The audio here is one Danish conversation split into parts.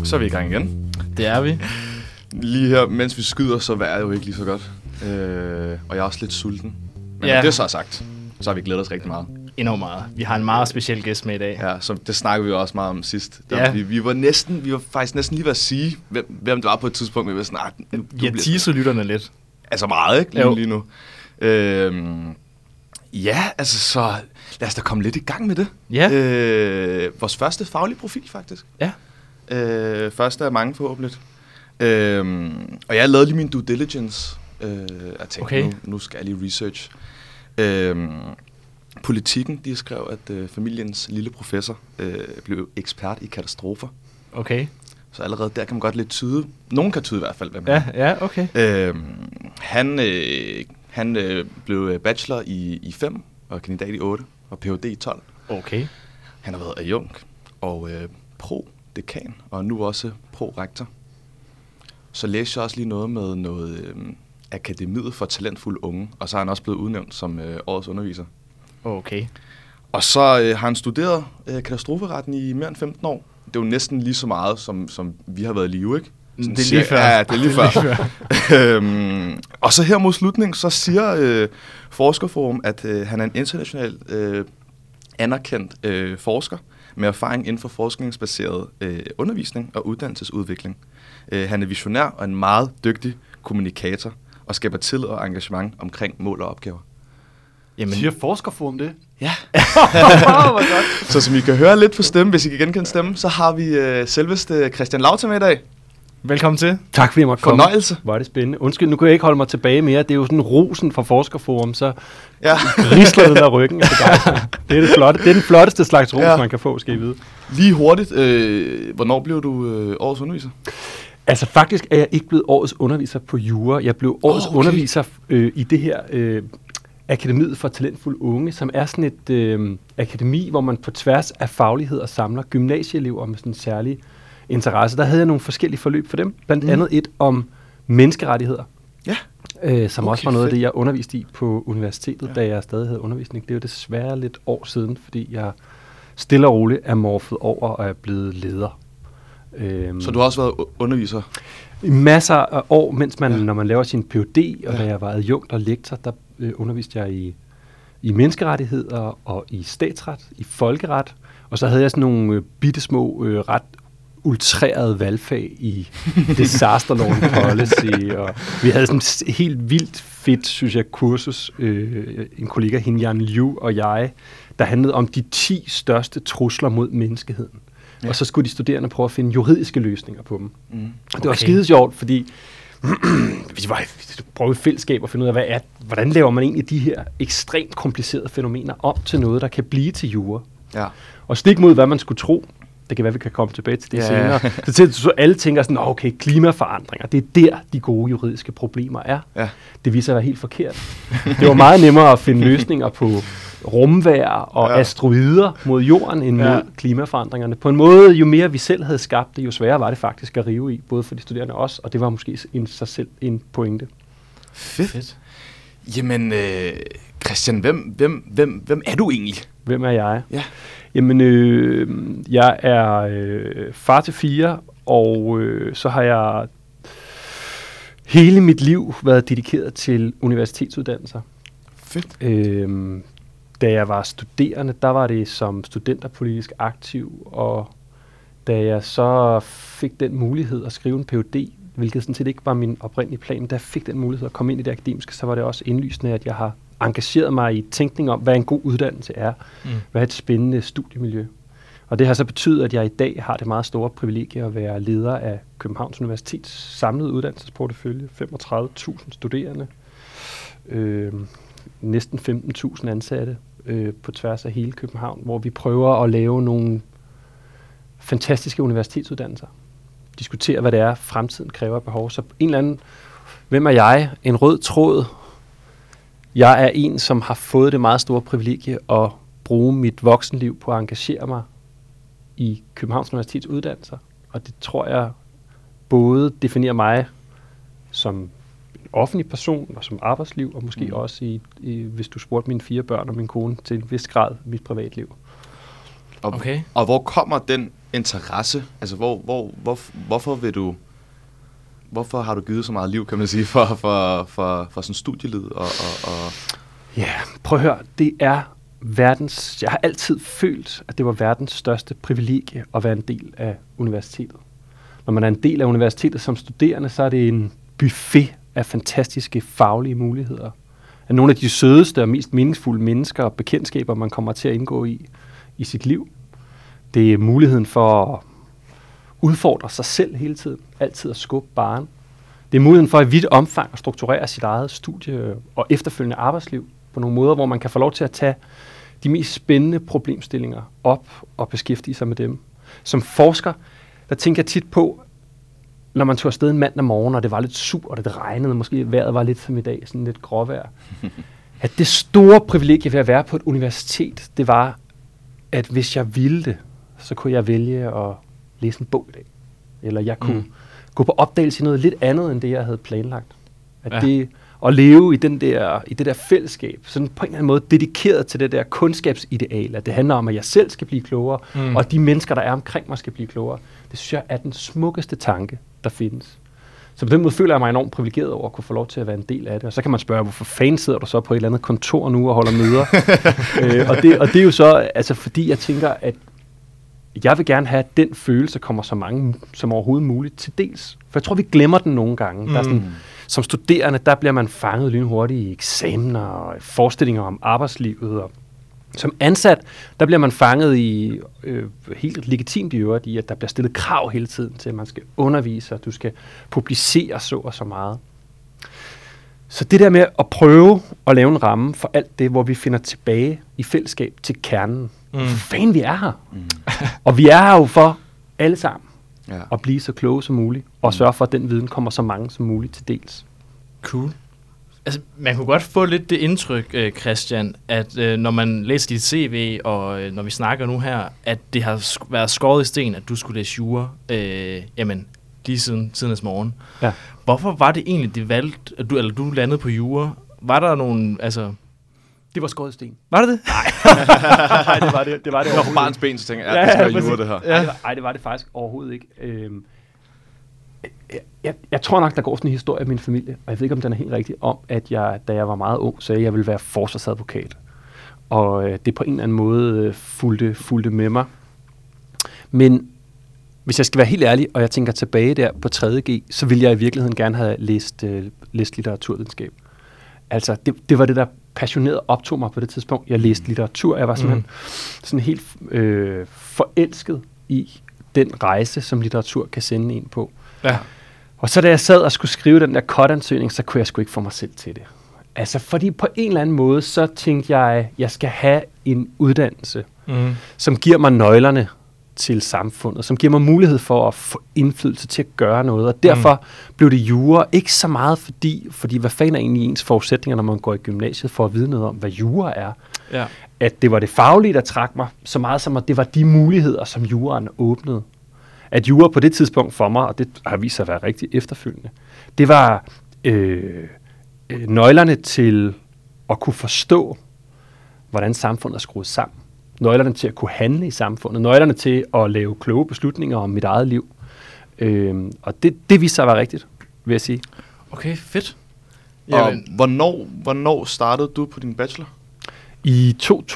Så er vi i gang igen. Det er vi. Lige her, mens vi skyder, så vejrer jeg jo ikke lige så godt. Og jeg er også lidt sulten. Men Ja. det så er sagt, så har vi glædet os rigtig meget. Enormt meget. Vi har en meget speciel gæst med i dag. Ja, så det snakkede vi også meget om sidst. Ja. Vi var faktisk næsten lige ved at sige, hvem det var på et tidspunkt, men vi var sådan, Vi har teaset lytterne lidt. Altså meget, ikke? Lige nu. Ja, altså så lad os da komme lidt i gang med det. Ja. Vores første faglige profil, faktisk. Ja. Første af mange forhåbentlig. Og jeg lavede lige min due diligence. Jeg tænkte, nu skal jeg lige research. Politikken, de skrev, at familiens lille professor blev ekspert i katastrofer. Okay. Så allerede der kan man godt lidt tyde. Nogen kan tyde i hvert fald, hvem Ja, okay. Han blev bachelor i 5, og kandidat i 8, og Ph.D. i 12. Okay. Han har været adjunkt og pro-dekan, og nu også pro-rektor. Så læste jeg også lige noget med noget Akademiet for talentfulde unge, og så er han også blevet udnævnt som årets underviser. Okay. Og så har han studeret katastroferetten i mere end 15 år. Det er jo næsten lige så meget, som vi har været i live, ikke? Sådan det er lige før. Ja, det er lige før. Og så her mod slutningen, så siger Forskerforum, at han er en international anerkendt forsker med erfaring inden for forskningsbaseret undervisning og uddannelsesudvikling. Han er visionær og en meget dygtig kommunikator og skaber tillid og engagement omkring mål og opgaver. Jamen. Siger Forskerforum det? Ja. Så som I kan høre lidt på stemme, hvis I kan genkende stemme, så har vi selveste Christian Lauter med i dag. Velkommen til. Tak fordi jeg måtte komme. Fornøjelse. Var det spændende. Undskyld, nu kan jeg ikke holde mig tilbage mere. Det er jo sådan rosen fra Forskerforum, så risler den der ryggen. Det er det flotte. Det er den flotteste slags ros, man kan få, skal I vide. Lige hurtigt. Hvornår blev du årets underviser? Altså faktisk er jeg ikke blevet årets underviser på jura. Jeg blev årets underviser i det her Akademiet for talentfulde unge, som er sådan et akademi, hvor man på tværs af fagligheder samler gymnasieelever med sådan en særlig interesse. Der havde jeg nogle forskellige forløb for dem. Blandt andet et om menneskerettigheder, som også var noget af det, jeg underviste i på universitetet, da jeg stadig havde undervisning. Det er jo desværre lidt år siden, fordi jeg stille og roligt er morfet over og er blevet leder. Så du har også været underviser? I masser af år, mens når man laver sin Ph.D., og da jeg var adjunkt og lektor, der underviste jeg i menneskerettigheder og i statsret, i folkeret, og så havde jeg sådan nogle bittesmå, ret ultrerede valgfag i disaster law policy, og vi havde sådan helt vildt fedt, synes jeg, kursus, en kollega, Hin-Jan Liu og jeg, der handlede om de 10 største trusler mod menneskeheden. Ja. Og så skulle de studerende prøve at finde juridiske løsninger på dem. Og det var skide sjovt, fordi vi prøvede i fællesskab at finde ud af, hvordan laver man egentlig de her ekstremt komplicerede fænomener om til noget, der kan blive til jura. Ja. Og stik mod, hvad man skulle tro. Det kan være, vi kan komme tilbage til det senere. Så alle tænker sådan, okay, klimaforandringer, det er der, de gode juridiske problemer er. Ja. Det viser sig at være helt forkert. Det var meget nemmere at finde løsninger på rumvejr og asteroider mod jorden end mod klimaforandringerne. På en måde, jo mere vi selv havde skabt det, jo sværere var det faktisk at rive i, både for de studerende og os, og det var måske sig selv en pointe. Fedt. Jamen, Christian, hvem er du egentlig? Hvem er jeg? Ja. Jamen, jeg er far til 4, og så har jeg hele mit liv været dedikeret til universitetsuddannelser. Fedt. Da jeg var studerende, der var det som studenterpolitisk aktiv, og da jeg så fik den mulighed at skrive en Ph.D., hvilket sådan set ikke var min oprindelige plan, da jeg fik den mulighed at komme ind i det akademiske, så var det også indlysende, at jeg har engageret mig i tænkning om, hvad en god uddannelse er, hvad et spændende studiemiljø. Og det har så betydet, at jeg i dag har det meget store privilegie at være leder af Københavns Universitets samlede uddannelsesportefølje, 35.000 studerende, næsten 15.000 ansatte på tværs af hele København, hvor vi prøver at lave nogle fantastiske universitetsuddannelser. Diskutere, hvad det er, fremtiden kræver af behov. Så en eller anden, hvem er jeg? En rød tråd. Jeg er en, som har fået det meget store privilegie at bruge mit voksenliv på at engagere mig i Københavns Universitets uddannelser. Og det tror jeg både definerer mig som offentlig person og som arbejdsliv, og måske også hvis du spurgte mine 4 børn og min kone, til en vis grad mit privatliv. Og hvor kommer den interesse? Altså, hvorfor har du givet så meget liv, kan man sige, for sådan studielivet? Ja, prøv at høre. Det er jeg har altid følt, at det var verdens største privilegie at være en del af universitetet. Når man er en del af universitetet som studerende, så er det en buffet af fantastiske faglige muligheder. Af nogle af de sødeste og mest meningsfulde mennesker og bekendtskaber, man kommer til at indgå i sit liv. Det er muligheden for at udfordre sig selv hele tiden. Altid at skubbe barren. Det er muligheden for i vidt omfang at strukturere sit eget studie og efterfølgende arbejdsliv på nogle måder, hvor man kan få lov til at tage de mest spændende problemstillinger op og beskæftige sig med dem. Som forsker, der tænker jeg tit på, når man tog afsted en mandag morgen, og det var lidt surt, og det regnede, måske vejret var lidt som i dag, sådan lidt gråvejr. At det store privilegie ved at være på et universitet, det var, at hvis jeg ville det, så kunne jeg vælge at læse en bog i dag. Eller jeg kunne gå på opdagelse i noget lidt andet, end det, jeg havde planlagt. At leve i det der fællesskab, sådan på en eller anden måde dedikeret til det der kundskabsideal, at det handler om, at jeg selv skal blive klogere, og at de mennesker, der er omkring mig, skal blive klogere. Det synes jeg er den smukkeste tanke, der findes. Så på den måde føler jeg mig enormt privilegeret over at kunne få lov til at være en del af det. Og så kan man spørge, hvorfor fanden sidder du så på et eller andet kontor nu og holder møder? Og det er jo så, altså fordi jeg tænker, at jeg vil gerne have, at den følelse kommer så mange som overhovedet muligt til dels. For jeg tror, vi glemmer den nogle gange. Der er sådan, som studerende, der bliver man fanget lynhurtigt i eksamener og forestillinger om arbejdslivet. Og som ansat, der bliver man fanget i helt legitimt i øvrigt i, at der bliver stillet krav hele tiden til, at man skal undervise, og du skal publicere så og så meget. Så det der med at prøve at lave en ramme for alt det, hvor vi finder tilbage i fællesskab til kernen. For fanden, vi er her. Og vi er her jo for alle sammen at blive så kloge som muligt, og sørge for, at den viden kommer så mange som muligt til dels. Cool. Altså, man kunne godt få lidt det indtryk, Christian, at når man læser dit CV, og når vi snakker nu her, at det har været skåret i sten, at du skulle læse jura, lige siden tidens morgen. Ja. Hvorfor var det egentlig, det valgte, at du landede på jura? Var der nogen, altså... Det var skåret i sten. Var det det? Nej, det var det. Når på barns ben, så tænker jeg, det skal være jura, det her. Ja. Nej, det var det faktisk overhovedet ikke. Jeg tror nok, der går sådan en historie af min familie, og jeg ved ikke, om den er helt rigtig, om at jeg, da jeg var meget ung, sagde, at jeg ville være forsvarsadvokat. Og det på en eller anden måde fulgte med mig. Men hvis jeg skal være helt ærlig, og jeg tænker tilbage der på 3.G, så ville jeg i virkeligheden gerne have læst litteraturvidenskab. Altså, det var det, der passioneret optog mig på det tidspunkt. Jeg læste litteratur, jeg var simpelthen sådan helt forelsket i den rejse, som litteratur kan sende en på. Ja. Og så da jeg sad og skulle skrive den der COT-ansøgning, så kunne jeg sgu ikke få mig selv til det. Altså, fordi på en eller anden måde, så tænkte jeg skal have en uddannelse, som giver mig nøglerne til samfundet, som giver mig mulighed for at få indflydelse til at gøre noget. Og derfor blev det jura ikke så meget, fordi hvad fanden er egentlig ens forudsætninger, når man går i gymnasiet, for at vide noget om, hvad jura er. Ja. At det var det faglige, der trak mig så meget som, at det var de muligheder, som juraen åbnede. At jura på det tidspunkt for mig, og det har vist sig at være rigtig efterfølgende, det var nøglerne til at kunne forstå, hvordan samfundet er skruet sammen. Nøglerne til at kunne handle i samfundet. Nøglerne til at lave kloge beslutninger om mit eget liv. Og det viste sig at være rigtigt, vil jeg sige. Okay, fedt. Og hvornår startede du på din bachelor? I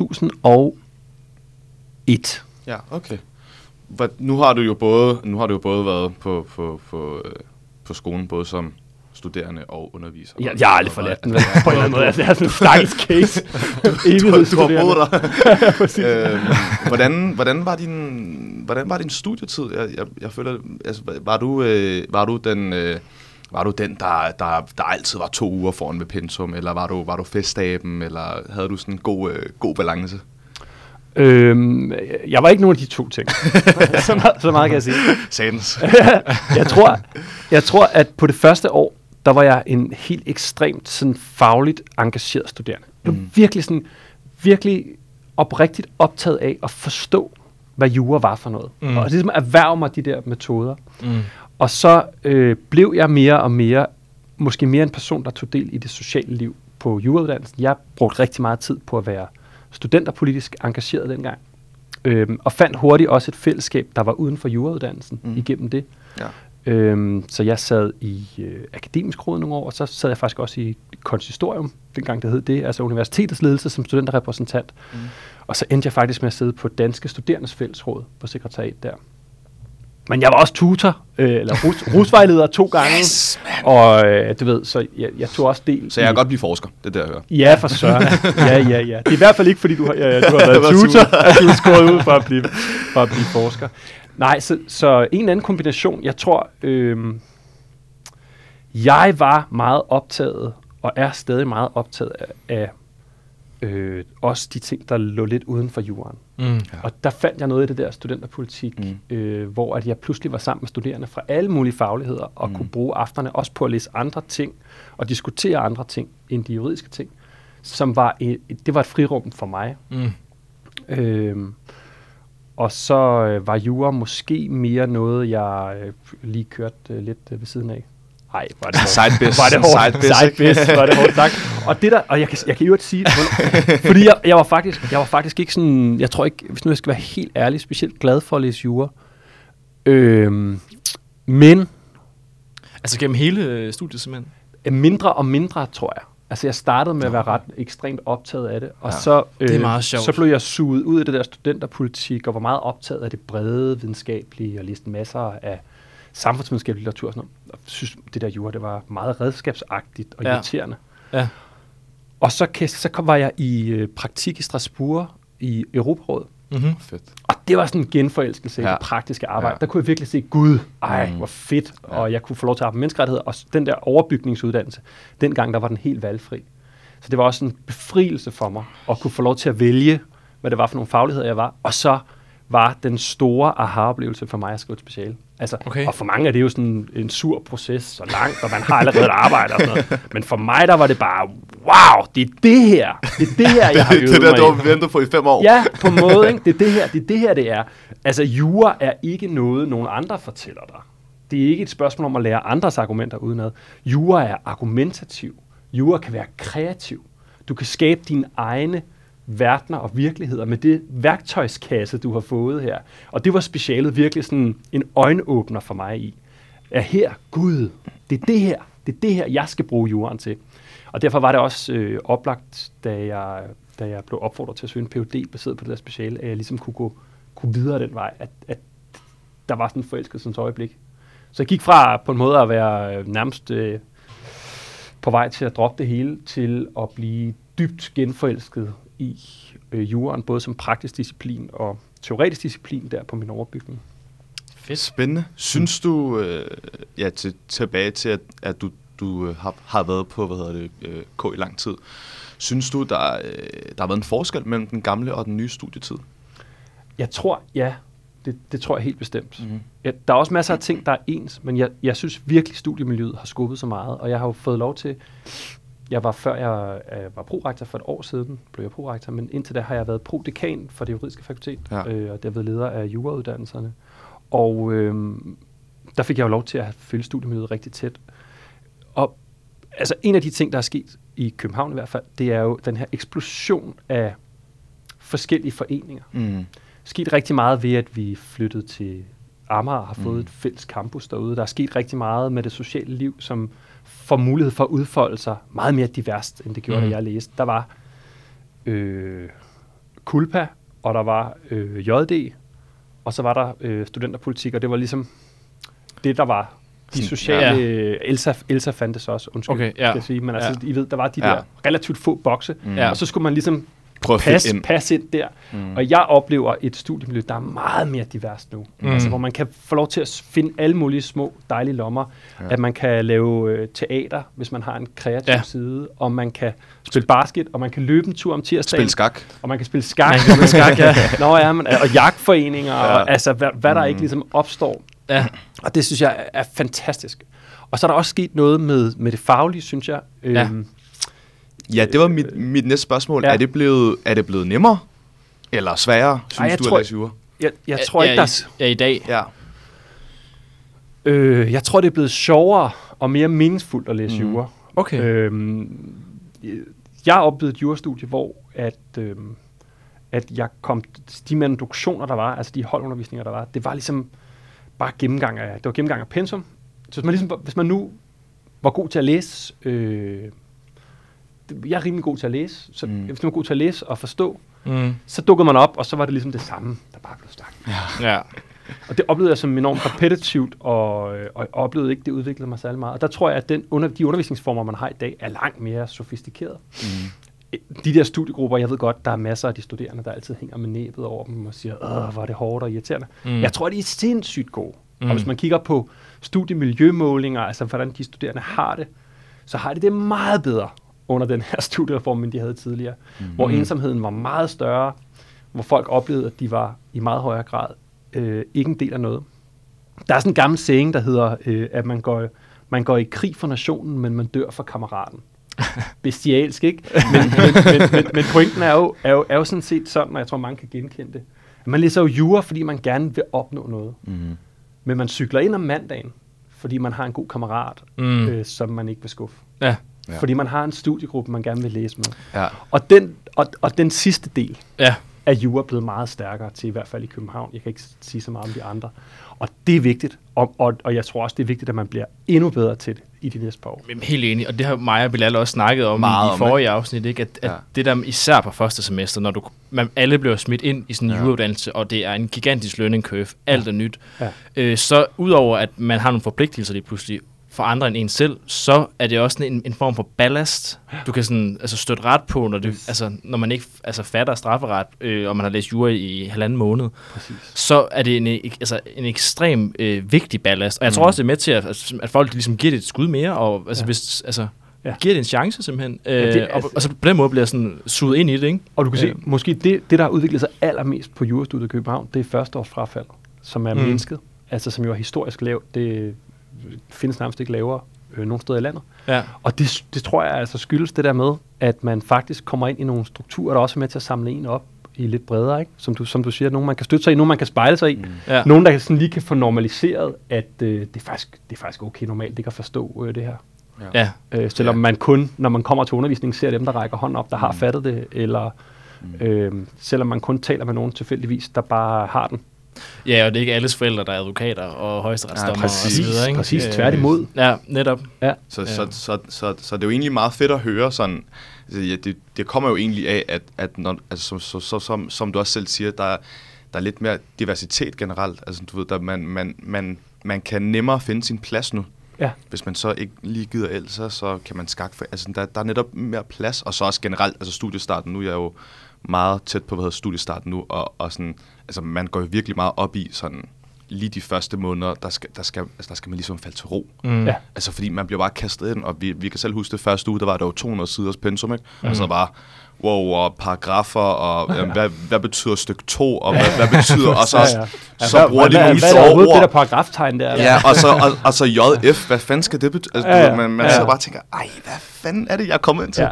2001. Ja, okay. Nu har du jo både været på skolen, både som studerende og underviser. Ja, jeg har aldrig forladt den. På en eller anden måde. Det er sådan en stakkels case. Du har boet der. Hvordan var din studietid? Jeg føler, altså, var du den, der altid var 2 uger foran ved pensum, eller var du feststaben, eller havde du sådan en god balance? Jeg var ikke nogen af de 2 ting. så meget kan jeg sige. Sadens. jeg tror, at på det første år, der var jeg en helt ekstremt sådan fagligt engageret studerende. Jeg var virkelig oprigtigt optaget af at forstå, hvad jura var for noget. Og ligesom erhverve mig de der metoder. Og så blev jeg mere og mere, måske mere en person, der tog del i det sociale liv på jurauddannelsen. Jeg brugte rigtig meget tid på at være studenterpolitisk engageret dengang. Og fandt hurtigt også et fællesskab, der var uden for jurauddannelsen igennem det. Ja. Så jeg sad i akademisk råd nogle år, og så sad jeg faktisk også i konsistorium, dengang det hed det, altså universitetets ledelse som studenterrepræsentant. Og så endte jeg faktisk med at sidde på Danske Studerendes Fællesråd på sekretariat der. Men jeg var også tutor, eller rusvejleder 2 gange, og du ved, så jeg tog også del. Så jeg kan godt blive forsker, det er det, jeg hører. Ja, for søren. Ja. Det er i hvert fald ikke, fordi du har været tutor, at du er skåret ud for at blive forsker. Nej, så en eller anden kombination. Jeg tror, jeg var meget optaget, og er stadig meget optaget af også de ting, der lå lidt uden for juraen. Ja. Og der fandt jeg noget i det der studenterpolitik, hvor at jeg pludselig var sammen med studerende fra alle mulige fagligheder, og kunne bruge aftenerne også på at læse andre ting, og diskutere andre ting end de juridiske ting, som var det var et frirum for mig. Og så var jura måske mere noget, jeg lige kørte lidt ved siden af. Nej, var det Sidebiz. Var det hårdt sagt. Og det der, og jeg kan jo ikke sige, fordi jeg var faktisk ikke sådan, jeg tror ikke, hvis nu jeg skal være helt ærlig, specielt glad for at læse jura. Men Altså gennem hele studiet simpelthen? Mindre og mindre, tror jeg. Altså jeg startede med at være ret ekstremt optaget af det, og så, det er meget sjovt. Så blev jeg suget ud af det der studenterpolitik, og var meget optaget af det brede videnskabelige, og læste masser af samfundsvidenskabelig litteratur og sådan noget. Og synes, det der jura, det var meget redskabsagtigt og irriterende. Ja. Og så var jeg i praktik i Strasbourg i Europarådet. Fedt. Og det var sådan en genforelskelse i det praktiske arbejde. Der kunne jeg virkelig se, Gud, hvor fedt, og jeg kunne få lov til at arbejde med menneskerettigheder, og den der overbygningsuddannelse, dengang der var den helt valgfri. Så det var også en befrielse for mig, at kunne få lov til at vælge, hvad det var for nogle fagligheder, jeg var, og så var den store aha-oplevelse for mig at skrive et speciale. Altså, og for mange er det jo sådan en sur proces, så langt, og man har allerede et arbejde og sådan noget. Men for mig, der var det bare, wow, det er det her, jeg har øvet mig i. Det der, du har ventet på i 5 år. Ja, på en måde, ikke? Det er det her. Altså, jura er ikke noget, nogen andre fortæller dig. Det er ikke et spørgsmål om at lære andres argumenter udenad. Jura er argumentativ. Jura kan være kreativ. Du kan skabe dine egne verdener og virkeligheder med det værktøjskasse, du har fået her. Og det var specialet virkelig sådan en øjenåbner for mig i. Gud, det er det her, jeg skal bruge juraen til. Og derfor var det også oplagt, da jeg blev opfordret til at søge en Ph.D. baseret på det der speciale, at jeg ligesom kunne videre den vej, at der var sådan en forelskelsens øjeblik. Så jeg gik fra på en måde at være nærmest på vej til at droppe det hele, til at blive dybt genforelsket i juraen, både som praktisk disciplin og teoretisk disciplin der på min overbygning. Fedt. Spændende. Synes du, tilbage til, at du har været på, K i lang tid, synes du, der har været en forskel mellem den gamle og den nye studietid? Jeg tror, ja. Det tror jeg helt bestemt. Ja, der er også masser af ting, der er ens, men jeg synes virkelig, studiemiljøet har skubbet så meget, og jeg har jo fået lov til... Før jeg var prorektor for et år siden, blev jeg prorektor, men indtil da har jeg været prodekan for det juridiske fakultet, og der været leder af jurauddannelserne. Og der fik jeg jo lov til at følge studiemiljøet rigtig tæt. Og altså en af de ting, der er sket i København i hvert fald, det er jo den her eksplosion af forskellige foreninger. Sket rigtig meget ved, at vi flyttede til Amager og har fået et fælles campus derude. Der er sket rigtig meget med det sociale liv, som får mulighed for at udfolde sig meget mere diverst, end det gjorde, da jeg læste. Der var Kulpa, og der var JD, og så var der studenterpolitik, og det var ligesom det, der var de sociale... Elsa fandtes også, skal jeg sige. Men altså, I ved, der var de der relativt få bokse, og så skulle man ligesom passe ind der. Og jeg oplever et studiemiljø, der er meget mere divers nu. Altså, hvor man kan få lov til at finde alle mulige små, dejlige lommer. At man kan lave teater, hvis man har en kreativ side. Og man kan spille basket, og man kan løbe en tur om tirsdagen. Spille skak. Og man kan spille skak. Og jagtforeninger, og altså, hvad der ikke ligesom opstår. Ja. Og det synes jeg er fantastisk. Og så er der også sket noget med det faglige, synes jeg. Ja, det var mit næste spørgsmål. Ja. Er det blevet nemmere eller sværere, synes du, at læse jura? Jeg tror ikke, der er i dag. Ja. Jeg tror, det er blevet sjovere og mere meningsfuldt at læse jura. Okay. Jeg har oplevet et jurastudie, hvor at jeg kom, de introduktioner, der var, altså de holdundervisninger, der var, det var ligesom bare gennemgang af pensum. Så hvis man nu var god til at læse, jeg er rimelig god til at læse, så hvis man var god til at læse og forstå, så dukkede man op, og så var det ligesom det samme, der bare blev sagt. Ja. Og det oplevede jeg som enormt repetitivt, og oplevede ikke, det udviklede mig særlig meget. Og der tror jeg, at de undervisningsformer, man har i dag, er langt mere sofistikerede. De der studiegrupper, jeg ved godt, der er masser af de studerende, der altid hænger med næbet over dem og siger, hvor er det hårdt og irriterende. Jeg tror, de er sindssygt gode. Og hvis man kigger på studiemiljømålinger, altså hvordan de studerende har det, så har de det meget bedre under den her studiereform, end de havde tidligere. Hvor ensomheden var meget større, hvor folk oplevede, at de var i meget højere grad ikke en del af noget. Der er sådan en gammel saying, der hedder, at man går i krig for nationen, men man dør for kammeraten. Bestialsk, ikke? Men pointen er jo sådan set sådan, og jeg tror, mange kan genkende det. Man læser jo jura, fordi man gerne vil opnå noget. Men man cykler ind om mandagen, fordi man har en god kammerat, som man ikke vil skuffe. Ja. Fordi man har en studiegruppe, man gerne vil læse med. Ja. Og den sidste del er jura blevet meget stærkere til, i hvert fald i København. Jeg kan ikke sige så meget om de andre. Og det er vigtigt, og jeg tror også, det er vigtigt, at man bliver endnu bedre til det i de næste par år. Helt enig, og det har Maja og Bilal også snakket om i forrige afsnit, ikke? At det der især på første semester, når alle bliver smidt ind i sådan en jurauddannelse, og det er en gigantisk learning curve, alt er nyt, så udover at man har nogle forpligtelser lige pludselig for andre end en selv, så er det også en form for ballast. Du kan sådan, støtte ret på, når man ikke fatter strafferet, og man har læst jura i 1,5 måned. Præcis. Så er det en ekstrem vigtig ballast. Og jeg tror også, det er med til, at folk ligesom giver det et skud mere, og giver det en chance simpelthen. Og så på den måde bliver sådan suget ind i det, ikke? Og du kan se, måske det, der har udviklet sig allermest på jurastudiet i København, det er førsteårsfrafald, som er mindsket. Altså som jo er historisk lavt. Det findes nærmest ikke lavere nogen steder i landet. Ja. Og det tror jeg altså skyldes det der med, at man faktisk kommer ind i nogle strukturer, der også er med til at samle en op i lidt bredere, ikke? Som du siger, nogen man kan støtte sig i, nogen man kan spejle sig i, nogen der sådan lige kan få normaliseret, at det er faktisk okay normalt, det kan forstå det her. Ja. Selvom man kun, når man kommer til undervisning, ser dem, der rækker hånden op, der har fattet det, eller selvom man kun taler med nogen tilfældigvis, der bare har den. Ja, og det er ikke alles forældre, der er advokater og højesteretsdommer og så videre, ikke? Præcis, tværtimod. Ja, netop. Ja. Så det er jo egentlig meget fedt at høre sådan. Det kommer jo egentlig af, at når, altså, som du også selv siger, der er lidt mere diversitet generelt. Altså du ved, der man kan nemmere finde sin plads nu. Ja. Hvis man så ikke lige gider el, så kan man skakke for. Altså der er netop mere plads, og så også generelt, altså studiestarten nu, jeg er jo meget tæt på, studiestarten nu, og sådan, altså man går jo virkelig meget op i sådan, lige de første måneder, der skal man ligesom falde til ro. Ja. Altså fordi man bliver bare kastet ind, og vi kan selv huske det første uge, der var der jo 200 siders pensum, ikke? Og så bare, og paragrafer, og hvad betyder stykke 2, og hvad betyder, og så bruger de nogle sjove ord. Det der paragraftegn der. Ja, og så JF, hvad fanden skal det betyde? Altså, man så bare tænker, hvad fanden er det, jeg er kommet ind til?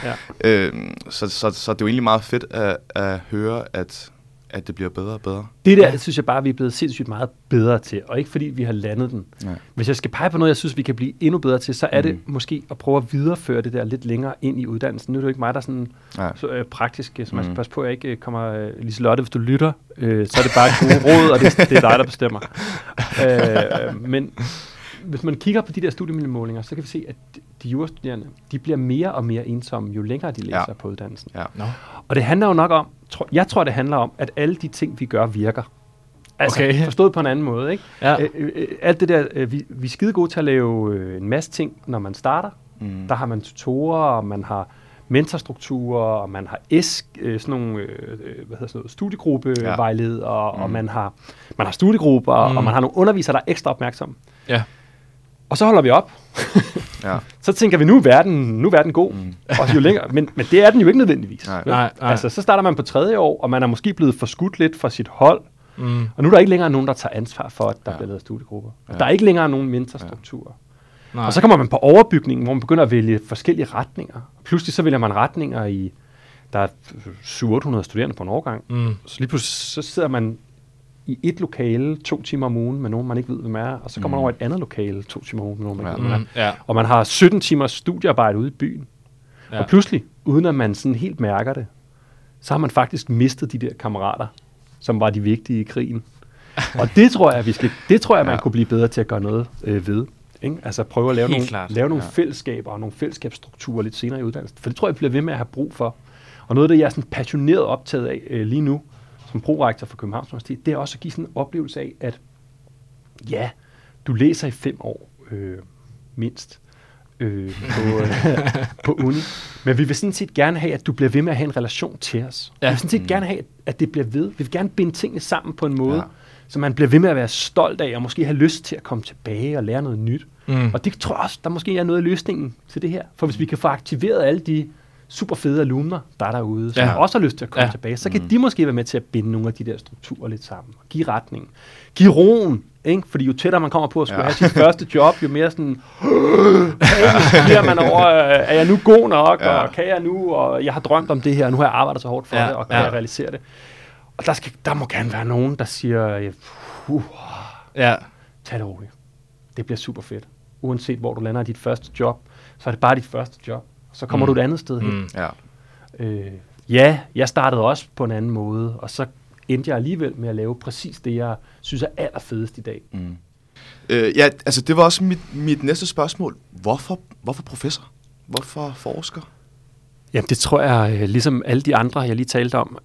Så det er jo egentlig meget fedt at høre, at det bliver bedre og bedre. Det synes jeg bare, vi er blevet sindssygt meget bedre til, og ikke fordi vi har landet den. Ja. Hvis jeg skal pege på noget, jeg synes, vi kan blive endnu bedre til, så er det måske at prøve at videreføre det der lidt længere ind i uddannelsen. Nu er det jo ikke mig, der er sådan praktisk, så man skal passe på, at jeg ikke kommer... Liselotte, hvis du lytter, så er det bare gode råd, og det er dig, der bestemmer. Men hvis man kigger på de der studiemiljømålinger, så kan vi se, at de jurastuderende, de bliver mere og mere ensomme, jo længere de læser på uddannelsen. Ja. No. Og det handler jo nok om, jeg tror, det handler om, at alle de ting, vi gør, virker. Altså, forstået på en anden måde, ikke? Ja. Alt det der, vi er skide gode til at lave en masse ting, når man starter. Der har man tutorer, og man har mentorstrukturer, og man har sådan nogle studiegrupevejledere, og man har studiegrupper, og man har nogle undervisere, der er ekstra opmærksomme. Ja. Og så holder vi op. Så tænker vi, nu er verden god. Og jo længere, men det er den jo ikke nødvendigvis. Nej. Altså, så starter man på 3. år, og man er måske blevet forskudt lidt fra sit hold. Og nu er der ikke længere nogen, der tager ansvar for, at der bliver lavet studiegrupper. Der er ikke længere nogen mentorstrukturer. Og så kommer man på overbygningen, hvor man begynder at vælge forskellige retninger. Pludselig så vælger man retninger i, der er 700-800 studerende på en årgang. Så lige pludselig så sidder man i et lokale 2 timer om ugen med nogen, man ikke ved, hvem er, og så kommer man over et andet lokale 2 timer om ugen med nogen, man ikke ved, hvem er. Og man har 17 timers studiearbejde ude i byen. Og pludselig, uden at man sådan helt mærker det, så har man faktisk mistet de der kammerater, som var de vigtige i krigen. Og det tror jeg, man kunne blive bedre til at gøre noget ved. Ikke? Altså prøve at lave nogle fællesskaber og nogle fællesskabsstrukturer lidt senere i uddannelsen. For det tror jeg, bliver ved med at have brug for. Og noget af det, jeg er sådan passioneret optaget af lige nu, som prorektor for Københavns Universitet, det er også at give sådan en oplevelse af, at ja, du læser i 5 år mindst på uni. Men vi vil sådan set gerne have, at du bliver ved med at have en relation til os. Ja. Vi vil sådan set gerne have, at det bliver ved. Vi vil gerne binde tingene sammen på en måde, så man bliver ved med at være stolt af, og måske have lyst til at komme tilbage og lære noget nyt. Og det tror jeg også, der måske er noget af løsningen til det her. For hvis vi kan få aktiveret alle de super fede alumner, der er derude, som også har lyst til at komme tilbage, så kan de måske være med til at binde nogle af de der strukturer lidt sammen, og give retningen. Give roen, ikke? Fordi jo tættere man kommer på at skulle have sit første job, jo mere sådan, bliver man over, er jeg nu god nok, og kan jeg nu, og jeg har drømt om det her, og nu har jeg arbejdet så hårdt for det, og kan jeg realisere det. Og der må gerne være nogen, der siger, tag det roligt. Det bliver super fedt. Uanset hvor du lander i dit første job, så er det bare dit første job. Så kommer du et andet sted hen. Jeg startede også på en anden måde, og så endte jeg alligevel med at lave præcis det, jeg synes er allerfedest i dag. Altså det var også mit næste spørgsmål. Hvorfor professor? Hvorfor forsker? Jamen det tror jeg, ligesom alle de andre, jeg lige talte om,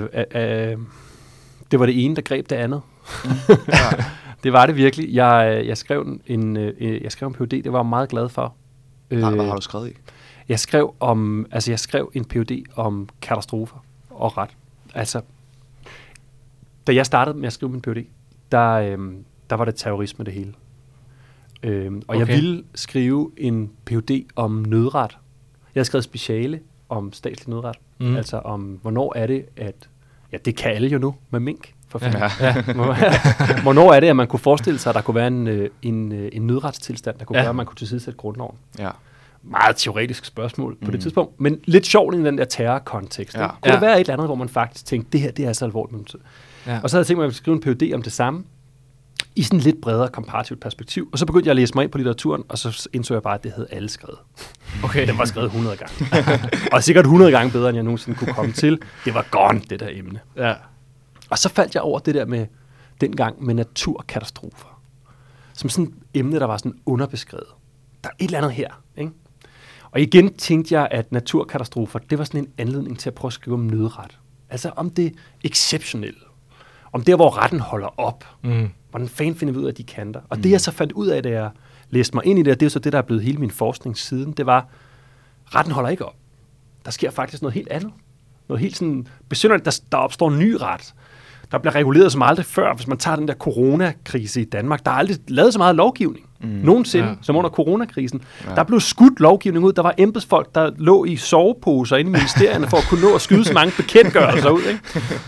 det var det ene, der greb det andet. Det var det virkelig. Jeg skrev en PhD, det var jeg meget glad for. Hvad har du skrevet i? Jeg skrev en PhD om katastrofer og ret. Altså, da jeg startede med at skrive min PhD, der var det terrorisme det hele. Og jeg ville skrive en PhD om nødret. Jeg havde skrevet speciale om statslig nødret. Altså om, hvornår er det, at... Ja, det kan alle jo nu med mink. Hvornår er det, at man kunne forestille sig, at der kunne være en nødretstilstand, der kunne gøre, at man kunne tilsidesætte grundloven? Ja. Meget teoretisk spørgsmål på det tidspunkt, men lidt sjovt i den der terrorkontekst. Ja. Kunne der være et eller andet, hvor man faktisk tænkte, det her det er så alvorligt. Og så havde jeg tænkt mig, at jeg skulle skrive en PhD om det samme, i sådan lidt bredere komparativt perspektiv. Og så begyndte jeg at læse mig ind på litteraturen, og så indså jeg bare, at det havde alle skrevet. Okay, den var skrevet 100 gange. Og sikkert 100 gange bedre, end jeg nogensinde kunne komme til. Det var gone, det der emne. Ja. Og så faldt jeg over det der med, dengang med naturkatastrofer. Som sådan et emne, der var sådan underbeskrevet. Der er et eller andet her, ikke? Og igen tænkte jeg, at naturkatastrofer, det var sådan en anledning til at prøve at skrive om nødret. Altså om det exceptionelle. Om der, hvor retten holder op. Hvordan fanden finder vi ud af de kanter? Og det, jeg så fandt ud af, da jeg læste mig ind i det, det er jo så det, der er blevet hele min forskning siden, det var, retten holder ikke op. Der sker faktisk noget helt andet. Noget helt sådan besynderligt, der opstår en ny ret. Der bliver reguleret som aldrig før, hvis man tager den der coronakrise i Danmark. Der er aldrig lavet så meget lovgivning. Nogensinde, som under coronakrisen. Der blev skudt lovgivning ud. Der var embedsfolk, der lå i soveposer inde i ministerierne for at kunne nå at skyde så mange bekendtgørelser ud. Ikke?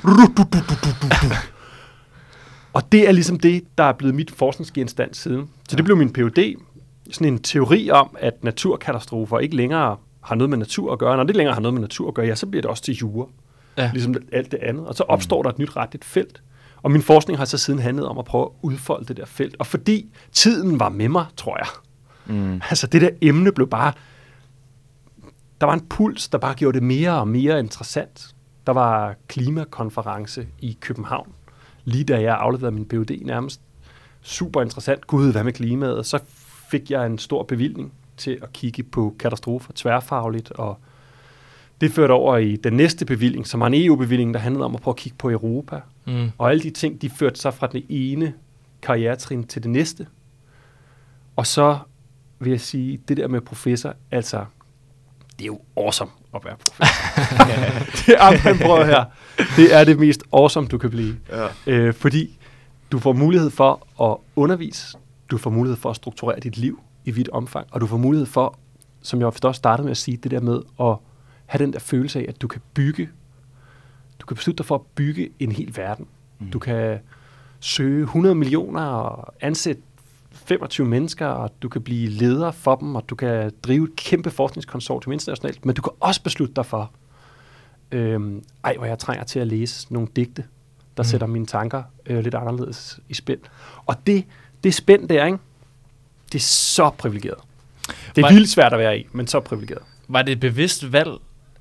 Og det er ligesom det, der er blevet mit forskningsgenstand siden. Så det blev min PhD. Sådan en teori om, at naturkatastrofer ikke længere har noget med natur at gøre. Når det ikke længere har noget med natur at gøre, ja, så bliver det også til jura. Ja. Ligesom alt det andet. Og så opstår der et nyt retligt felt. Og min forskning har så siden handlet om at prøve at udfolde det der felt. Og fordi tiden var med mig, tror jeg. Altså det der emne blev bare... Der var en puls, der bare gjorde det mere og mere interessant. Der var klimakonference i København. Lige da jeg afleverede min PhD nærmest. Super interessant. Gud, hvad med klimaet? Så fik jeg en stor bevilling til at kigge på katastrofer tværfagligt, og det førte over i den næste bevilling, som var en EU-bevilling, der handlede om at prøve at kigge på Europa. Og alle de ting, de førte sig fra den ene karrieretrin til det næste. Og så vil jeg sige, det der med professor, altså, det er jo awesome at være professor. Det er det mest awesome, du kan blive. Ja. Fordi du får mulighed for at undervise, du får mulighed for at strukturere dit liv i vidt omfang, og du får mulighed for, som jeg også startede med at sige, det der med at have den der følelse af, at du kan beslutte dig for at bygge en hel verden. Du kan søge 100 millioner og ansætte 25 mennesker, og du kan blive leder for dem, og du kan drive et kæmpe forskningskonsortium internationalt, men du kan også beslutte dig for, hvor jeg trænger til at læse nogle digte, der sætter mine tanker lidt anderledes i spænd. Og det spænd der, ikke? Det er så privilegeret. Det er vildt svært at være i, men så privilegeret. Var det et bevidst valg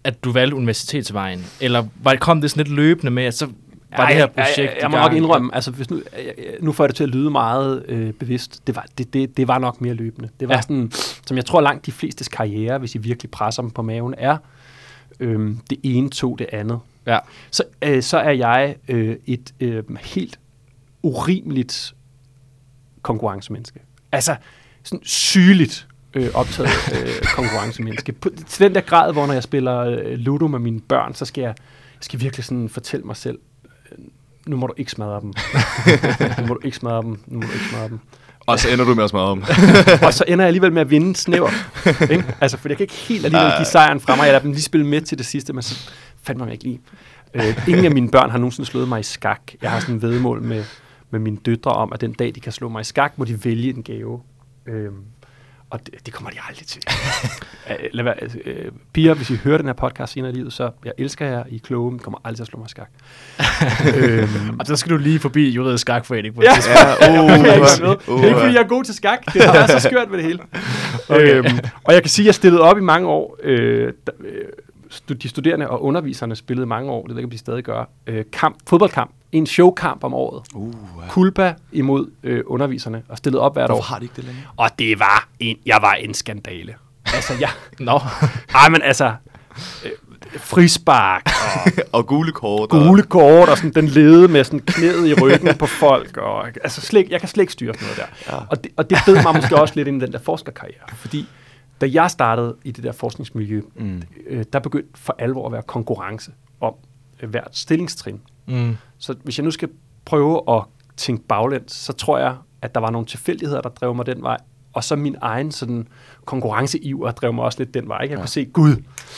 at du valgte universitetsvejen? Eller kom det sådan lidt løbende med, at så var det her projekt jeg må nok indrømme, altså hvis nu får jeg det til at lyde meget bevidst, det var nok mere løbende. Det var sådan, som jeg tror langt de flestes karriere, hvis I virkelig presser dem på maven, er det ene tog det andet. Ja. Så er jeg et helt urimeligt konkurrencemenneske. Altså sådan sygeligt optaget konkurrencemenneske. Til den der grad, hvor når jeg spiller Ludo med mine børn, så skal jeg virkelig sådan fortælle mig selv, nu må du ikke smadre dem. Nu må du ikke smadre dem. Nu må du ikke smadre dem. Og så ender du med at smadre dem. Og så ender jeg alligevel med at vinde snæver. Altså, for jeg kan ikke helt alligevel give sejren fra mig. Jeg lader dem lige spille med til det sidste, men så fandt mig ikke lige. Ingen af mine børn har nogensinde slået mig i skak. Jeg har sådan en væddemål med mine døtre om, at den dag, de kan slå mig i skak, må de vælge en gave. Og det kommer de aldrig til. Lad være, piger, hvis I hører den her podcast senere i livet, så jeg elsker jer, I er kloge, kommer aldrig til at slå mig i skak. Og så skal du lige forbi juridisk skakforening på det tidspunkt. Det er ikke, fordi jeg er god til skak. Det er så skørt ved det hele. Okay. Og jeg kan sige, at jeg stillede op i mange år. De studerende og underviserne spillede mange år, det ved jeg ikke, om de stadig gør, fodboldkamp. En showkamp om året. Kulpa imod underviserne, og stillede op hvert år. Hvorfor har de ikke det længere? Og jeg var en skandale. Altså, men altså, frispark og gule kort. Og sådan, den lede med sådan knæet i ryggen på folk. Og, altså, jeg kan slet ikke styre sådan noget der. Ja. Og det bed mig måske også lidt ind i den der forskerkarriere. Fordi da jeg startede i det der forskningsmiljø, der begyndte for alvor at være konkurrence om hvert stillingstrin. Så hvis jeg nu skal prøve at tænke baglæns, så tror jeg, at der var nogle tilfældigheder, der drev mig den vej. Og så min egen sådan konkurrenceiver drev mig også lidt den vej. Ikke? Jeg kunne se, Gud,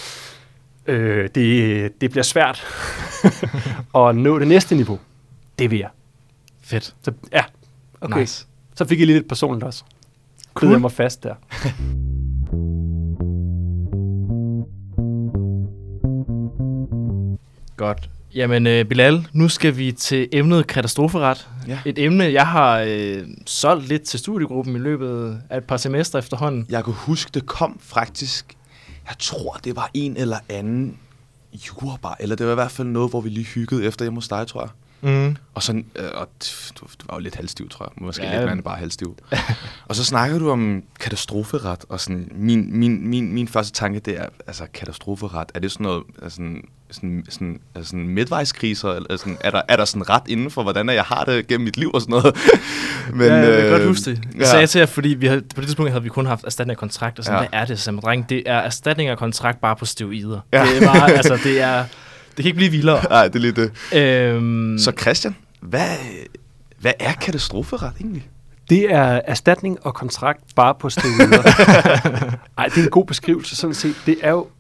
det bliver svært at nå det næste niveau. Det vil jeg. Fedt. Så, ja, okay. Nice. Så fik jeg lige lidt personligt også. Cool. Jeg mig fast der. Godt. Jamen, Bilal, nu skal vi til emnet katastroferet. Ja. Et emne, jeg har solgt lidt til studiegruppen i løbet af et par semester efterhånden. Jeg kan huske, det kom faktisk, jeg tror, det var en eller anden jurabar, eller det var i hvert fald noget, hvor vi lige hyggede efter hjemme hos dig, tror jeg. Og sådan, du var jo lidt halvstiv, tror jeg. Måske lidt mere end bare halvstiv. Og så snakker du om katastroferet, og sådan, min første tanke, det er, altså katastroferet, er det sådan noget, sådan midtvejskriser, eller sådan, er der sådan ret inden for, hvordan jeg har det gennem mit liv og sådan noget? Men, jeg kan godt huske det. Jeg sagde til jer, fordi på det tidspunkt havde vi kun haft erstatning af kontrakt, og sådan, hvad er det, som dreng? Det er erstatning af kontrakt bare på steroider. Ja. Det er bare, altså, det kan ikke blive vildere. Nej, det er lige det. Så Christian, hvad er katastroferet egentlig? Det er erstatning og kontrakt bare på steroider. Ej, det er en god beskrivelse, sådan set. Det er jo...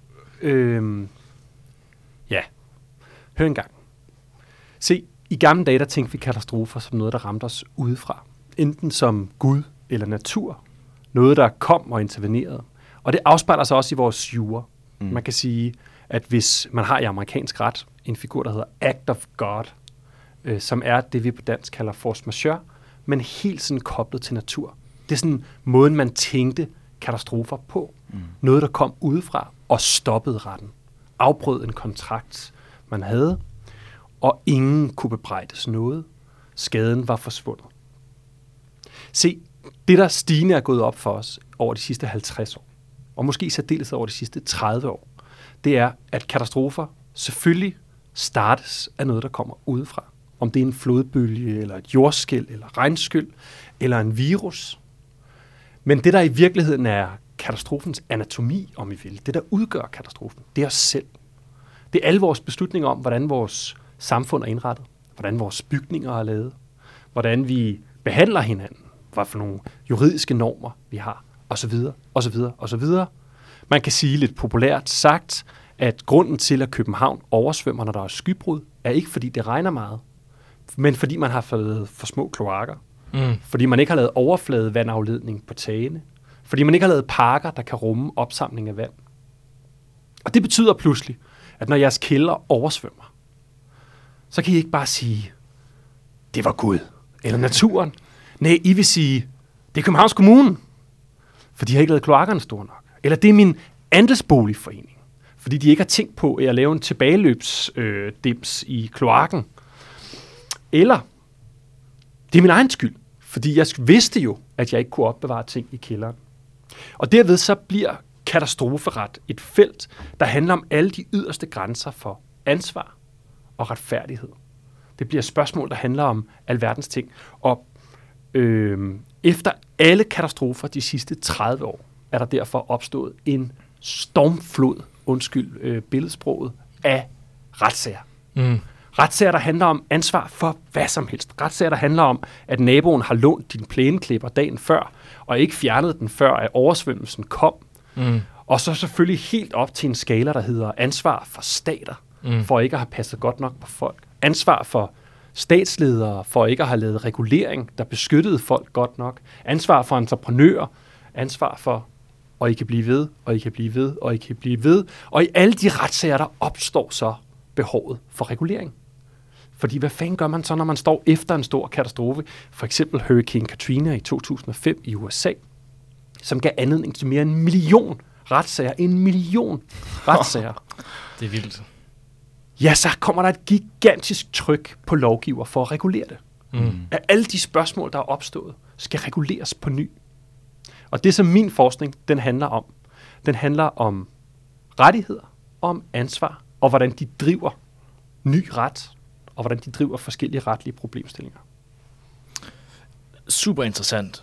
hør engang. Se, i gamle dage, der tænkte vi katastrofer som noget, der ramte os udefra. Enten som Gud eller natur. Noget, der kom og intervenerede. Og det afspejler sig også i vores jura. Man kan sige, at hvis man har i amerikansk ret en figur, der hedder Act of God, som er det, vi på dansk kalder force majeure, men helt sådan koblet til natur. Det er sådan måden, man tænkte katastrofer på. Noget, der kom udefra og stoppede retten. Afbrød en kontrakt, man havde, og ingen kunne bebrejdes noget. Skaden var forsvundet. Se, det der stigende er gået op for os over de sidste 50 år, og måske særdeles over de sidste 30 år, det er, at katastrofer selvfølgelig startes af noget, der kommer udefra. Om det er en flodbølge, eller et jordskælv, eller regnskyld, eller en virus. Men det, der i virkeligheden er katastrofens anatomi, om I vil, det, der udgør katastrofen, det er os selv. Det er alle vores beslutninger om, hvordan vores samfund er indrettet, hvordan vores bygninger er lavet, hvordan vi behandler hinanden, hvad for nogle juridiske normer vi har, osv., osv., osv. Man kan sige lidt populært sagt, at grunden til, at København oversvømmer, når der er skybrud, er ikke fordi det regner meget, men fordi man har fået for små kloakker, fordi man ikke har lavet overfladevandafledning på tagene, fordi man ikke har lavet parker, der kan rumme opsamling af vand. Og det betyder pludselig, at når jeres kælder oversvømmer, så kan I ikke bare sige, det var Gud, eller naturen. Nej, I vil sige, det er Københavns Kommune, for de har ikke lavet kloakkerne store nok. Eller det er min andelsboligforening, fordi de ikke har tænkt på at lave en tilbageløbsdims i kloakken. Eller det er min egen skyld, fordi jeg vidste jo, at jeg ikke kunne opbevare ting i kælderen. Og derved så bliver katastroferet et felt, der handler om alle de yderste grænser for ansvar og retfærdighed. Det bliver et spørgsmål, der handler om alverdens ting. Og efter alle katastrofer de sidste 30 år, er der derfor opstået en stormflod, billedsproget, af retssager. Retssager, der handler om ansvar for hvad som helst. Retssager, der handler om, at naboen har lånt din plæneklipper dagen før, og ikke fjernet den før, at oversvømmelsen kom. Og så selvfølgelig helt op til en skala, der hedder ansvar for stater, for ikke at have passet godt nok på folk. Ansvar for statsledere, for ikke at have lavet regulering, der beskyttede folk godt nok. Ansvar for entreprenører. Ansvar for, og I kan blive ved, og I kan blive ved, og I kan blive ved. Og i alle de retssager, der opstår så behovet for regulering. Fordi hvad fanden gør man så, når man står efter en stor katastrofe? For eksempel Hurricane Katrina i 2005 i USA, som gav anledning til mere end 1 million retssager. 1 million retssager. Det er vildt. Ja, så kommer der et gigantisk tryk på lovgiver for at regulere det. At alle de spørgsmål, der er opstået, skal reguleres på ny. Og det, som min forskning, den handler om rettigheder, om ansvar, og hvordan de driver ny ret, og hvordan de driver forskellige retlige problemstillinger. Super interessant.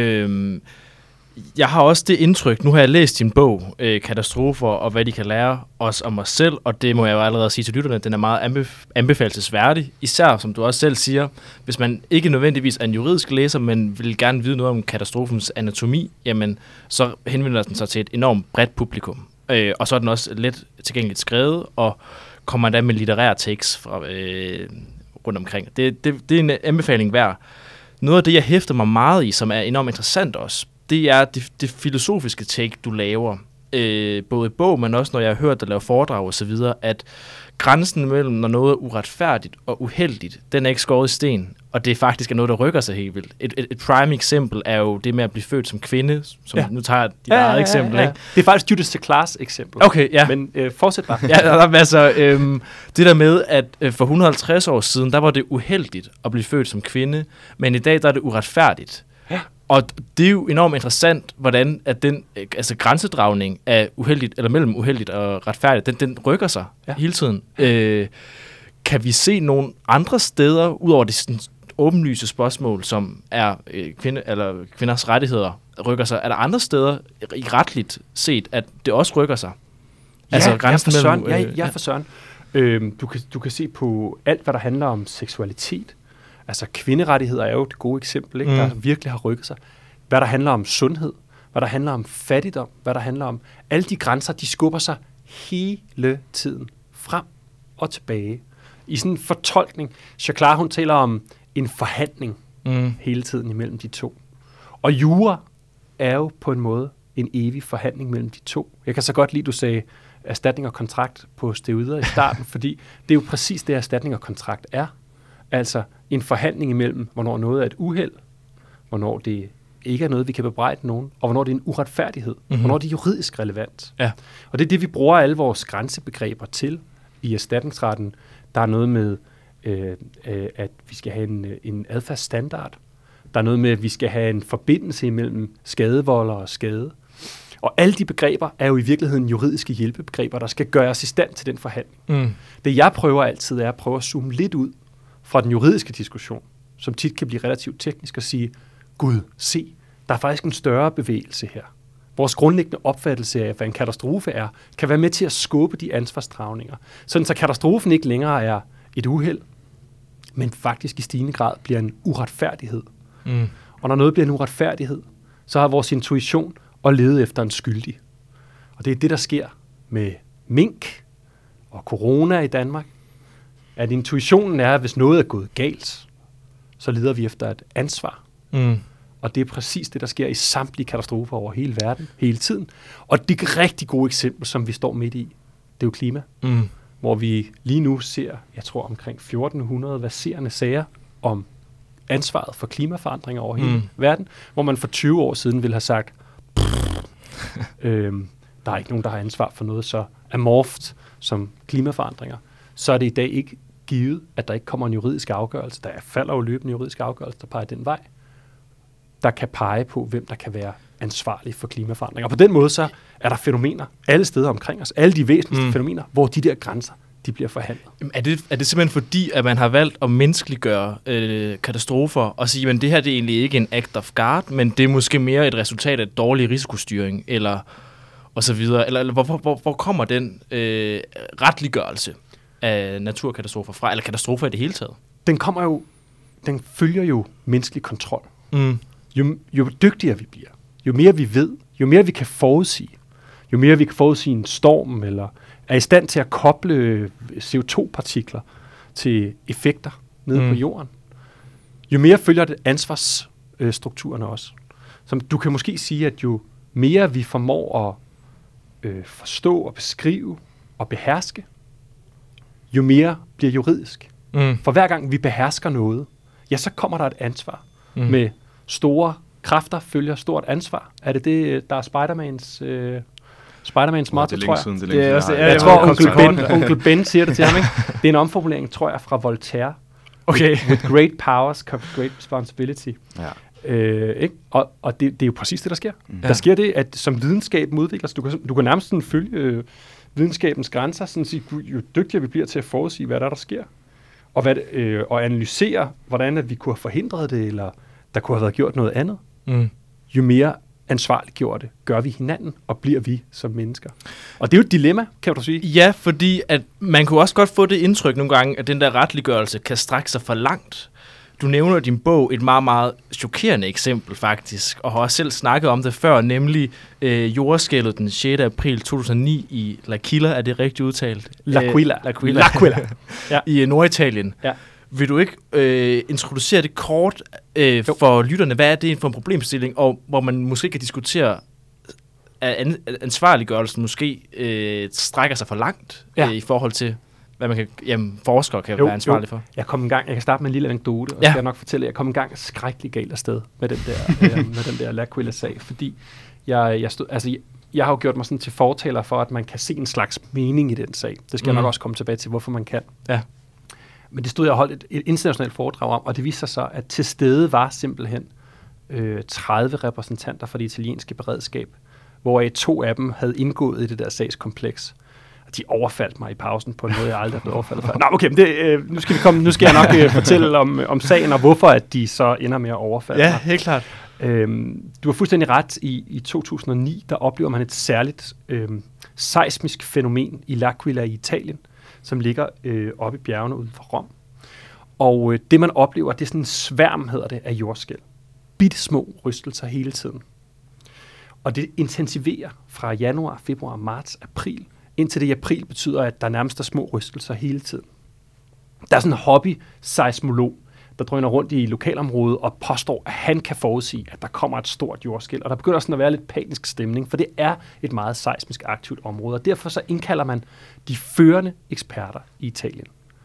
Jeg har også det indtryk, nu har jeg læst din bog, Katastrofer, og hvad de kan lære os om os selv, og det må jeg jo allerede sige til lytterne, den er meget anbefalelsesværdig, især som du også selv siger, hvis man ikke nødvendigvis er en juridisk læser, men vil gerne vide noget om katastrofens anatomi, jamen så henvender den sig til et enormt bredt publikum. Og så er den også let tilgængeligt skrevet, og kommer der med litterære takes fra, rundt omkring. Det er en anbefaling værd. Noget af det, jeg hæfter mig meget i, som er enormt interessant også, det er det filosofiske take, du laver. Både i bog, men også når jeg har hørt dig lave foredrag og så videre, at grænsen mellem, når noget er uretfærdigt og uheldigt, den er ikke skåret i sten, og det faktisk er noget, der rykker sig helt vildt. Et prime eksempel er jo det med at blive født som kvinde, som nu tager jeg dit eget eksempel. Ja. Ikke? Det er faktisk Judith Class eksempel. Okay, ja. Men fortsæt bare. Ja, altså, det der med, at for 150 år siden, der var det uheldigt at blive født som kvinde, men i dag der er det uretfærdigt. Ja. Og det er jo enormt interessant, hvordan at den grænsedragning af uheldigt, eller mellem uheldigt og retfærdigt, den rykker sig hele tiden. Kan vi se nogle andre steder, ud over det sådan åbenlyse spørgsmål, som er kvinders rettigheder, rykker sig? Er der andre steder i retligt set, at det også rykker sig? Ja, altså grænsen for søren. Du kan se på alt, hvad der handler om seksualitet. Altså kvinderettigheder er jo et gode eksempel, ikke? Der virkelig har rykket sig. Hvad der handler om sundhed, hvad der handler om fattigdom, hvad der handler om alle de grænser, de skubber sig hele tiden frem og tilbage. I sådan en fortolkning. Jacques, hun taler om en forhandling hele tiden imellem de to. Og jura er jo på en måde en evig forhandling mellem de to. Jeg kan så godt lide, du sagde erstatning og kontrakt på steroider i starten, fordi det er jo præcis det, erstatning og kontrakt er. Altså en forhandling imellem, hvornår noget er et uheld, hvornår det ikke er noget, vi kan bebrejde nogen, og hvornår det er en uretfærdighed, hvornår det er juridisk relevant. Ja. Og det er det, vi bruger alle vores grænsebegreber til i erstatningsretten. Der er noget med, at vi skal have en adfærdsstandard. Der er noget med, at vi skal have en forbindelse imellem skadevolder og skade. Og alle de begreber er jo i virkeligheden juridiske hjælpebegreber, der skal gøre os i stand til den forhandling. Det jeg prøver altid er at prøve at zoome lidt ud fra den juridiske diskussion, som tit kan blive relativt teknisk, og sige, Gud, se, der er faktisk en større bevægelse her. Vores grundlæggende opfattelse af, hvad en katastrofe er, kan være med til at skubbe de ansvarsdragninger. Sådan så katastrofen ikke længere er et uheld, men faktisk i stigende grad bliver en uretfærdighed. Og når noget bliver en uretfærdighed, så har vores intuition at lede efter en skyldig. Og det er det, der sker med mink og corona i Danmark. At intuitionen er, at hvis noget er gået galt, så leder vi efter et ansvar. Og det er præcis det, der sker i samtlige katastrofer over hele verden, hele tiden. Og det rigtig gode eksempel, som vi står midt i, det er jo klima. Hvor vi lige nu ser, jeg tror omkring 1400 verserende sager om ansvaret for klimaforandringer over hele verden, hvor man for 20 år siden ville have sagt, der er ikke nogen, der har ansvar for noget så amorft som klimaforandringer, så er det i dag ikke givet, at der ikke kommer en juridisk afgørelse. Der falder jo løbende juridisk afgørelse, der peger den vej, der kan pege på, hvem der kan være ansvarlig for klimaforandringer. Og på den måde så er der fænomener alle steder omkring os, alle de væsentligste fænomener, hvor de der grænser, de bliver forhandlet. Er det simpelthen fordi, at man har valgt at menneskeliggøre katastrofer og sige, at det her det er egentlig ikke en act of God, men det er måske mere et resultat af dårlig risikostyring, eller og så videre? Eller hvor kommer den retliggørelse af naturkatastrofer fra, eller katastrofer i det hele taget? Den følger jo menneskelig kontrol. Jo dygtigere vi bliver, jo mere vi ved, jo mere vi kan forudsige, jo mere vi kan forudsige en storm, eller er i stand til at koble CO2-partikler til effekter nede på jorden, jo mere følger det ansvarsstrukturerne også. Så du kan måske sige, at jo mere vi formår at forstå og beskrive og beherske, jo mere bliver juridisk. For hver gang vi behersker noget, ja, så kommer der et ansvar. Med store kræfter følger stort ansvar. Er det, der er Spider-Mans motto, tror jeg? Det er også, jeg tror, onkel Ben siger det til ham, ikke? Det er en omformulering, tror jeg, fra Voltaire. Okay. With great powers comes great responsibility. Ja. Ikke? Og det er jo præcis det, der sker. Der sker det, at som videnskaben udvikler sig, du kan nærmest sådan følge videnskabens grænser, sådan sige, jo dygtigere vi bliver til at forudsige, hvad der sker, og analysere, hvordan at vi kunne have forhindret det, eller der kunne have været gjort noget andet, jo mere ansvarliggjorte gør vi hinanden, og bliver vi som mennesker. Og det er jo et dilemma, kan du sige. Ja, fordi at man kunne også godt få det indtryk nogle gange, at den der retliggørelse kan strække sig for langt. Du nævner i din bog et meget, meget chokerende eksempel faktisk, og har også selv snakket om det før, nemlig jordskælvet den 6. april 2009 i L'Aquila, er det rigtigt udtalt? L'Aquila. Ja. I Norditalien. Ja. Vil du ikke introducere det kort for lytterne? Hvad er det for en problemstilling, og hvor man måske kan diskutere, at ansvarliggørelsen måske strækker sig for langt i forhold til, hvad man kan, forskere kan være ansvarlige for? Jeg kan starte med en lille anekdote, og skal jeg nok fortælle, at jeg kom en gang skrækkeligt galt afsted med den der L'Aquila-sag, fordi jeg har jo gjort mig sådan til fortaler for, at man kan se en slags mening i den sag. Det skal jeg nok også komme tilbage til, hvorfor man kan. Ja. Men det stod jeg og holdt et internationalt foredrag om, og det viste sig så, at til stede var simpelthen 30 repræsentanter for det italienske beredskab, hvoraf 2 af dem havde indgået i det der sagskompleks. Og de overfaldt mig i pausen på en måde, jeg aldrig er blevet overfaldet før. Nå, okay, men nu skal jeg nok fortælle om sagen, og hvorfor at de så ender med at overfalde mig. Ja, helt klart. Du har fuldstændig ret. I 2009, der oplever man et særligt seismisk fænomen i L'Aquila i Italien, som ligger oppe i bjergene uden for Rom. Og det, man oplever, det er sådan en sværm, hedder det, af jordskælv. Bitte små rystelser hele tiden. Og det intensiverer fra januar, februar, marts, april, indtil det i april betyder, at der nærmest er små rystelser hele tiden. Der er sådan en hobby-seismolog, der drøner rundt i lokalområdet og påstår, at han kan forudsige, at der kommer et stort jordskælv. Og der begynder sådan at være lidt panisk stemning, for det er et meget seismisk aktivt område. Og derfor så indkalder man de førende eksperter i Italien.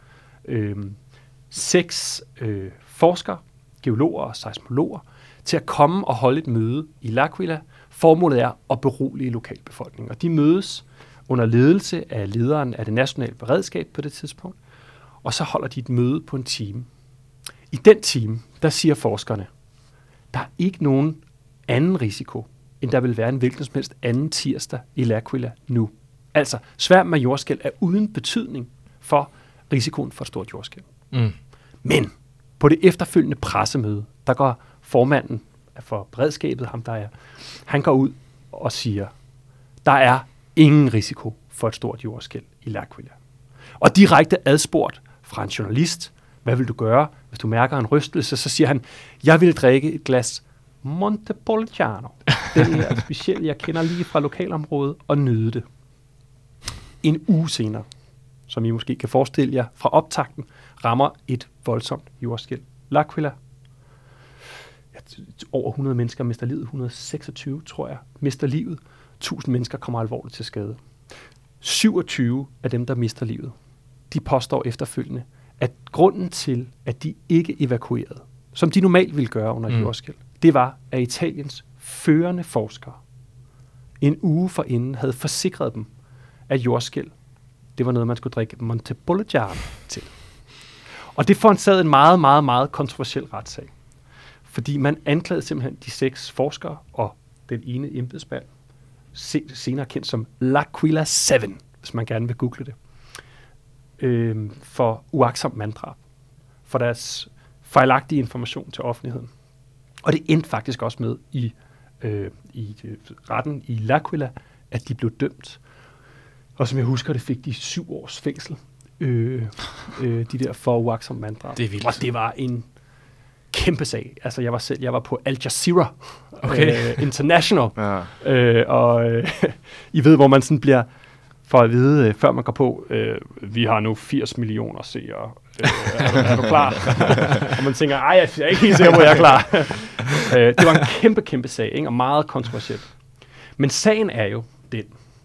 6 forskere, geologer og seismologer, til at komme og holde et møde i L'Aquila. Formålet er at berolige lokalbefolkningen. Og de mødes under ledelse af lederen af det nationale beredskab på det tidspunkt. Og så holder de et møde på en time. I den time, der siger forskerne, der er ikke nogen anden risiko, end der vil være en hvilken som helst anden tirsdag i L'Aquila nu. Altså, sværm med jordskælv er uden betydning for risikoen for et stort jordskælv. Men på det efterfølgende pressemøde, der går formanden for beredskabet, han går ud og siger, der er ingen risiko for et stort jordskælv i L'Aquila. Og direkte adspurgt fra en journalist, hvad vil du gøre, hvis du mærker en rystelse? Så siger han, jeg vil drikke et glas Montepulciano. Den her speciel, jeg kender lige fra lokalområdet, og nyde det. En uge senere, som I måske kan forestille jer fra optakten, rammer et voldsomt jordskælv. L'Aquila. Over 100 mennesker mister livet. 126, tror jeg, mister livet. 1000 mennesker kommer alvorligt til skade. 27 af dem, der mister livet, de påstår efterfølgende, at grunden til, at de ikke evakuerede, som de normalt ville gøre under et jordskælv, det var, at Italiens førende forskere en uge forinden havde forsikret dem, at jordskælv, det var noget, man skulle drikke Montepulciano til. Og det forårsagede en meget, meget, meget kontroversiel retssag. Fordi man anklagede simpelthen de 6 forskere og den ene embedsmand, senere kendt som L'Aquila 7, hvis man gerne vil google det, for uagtsomt manddrab, for deres fejlagtige information til offentligheden. Og det endte faktisk også med i retten i L'Aquila, at de blev dømt. Og som jeg husker, det fik de 7 års fængsel, de der for uagtsomt manddrab. Det er vildt. Og det var en kæmpe sag. Altså, jeg var på Al Jazeera International, I ved, hvor man sådan bliver, for at vide, før man går på, vi har nu 80 millioner seere. Er du klar? Og man tænker, jeg er ikke helt sikker på, at jeg er klar. Det var en kæmpe, kæmpe sag, ikke? Og meget kontroversiel. Men sagen er jo den,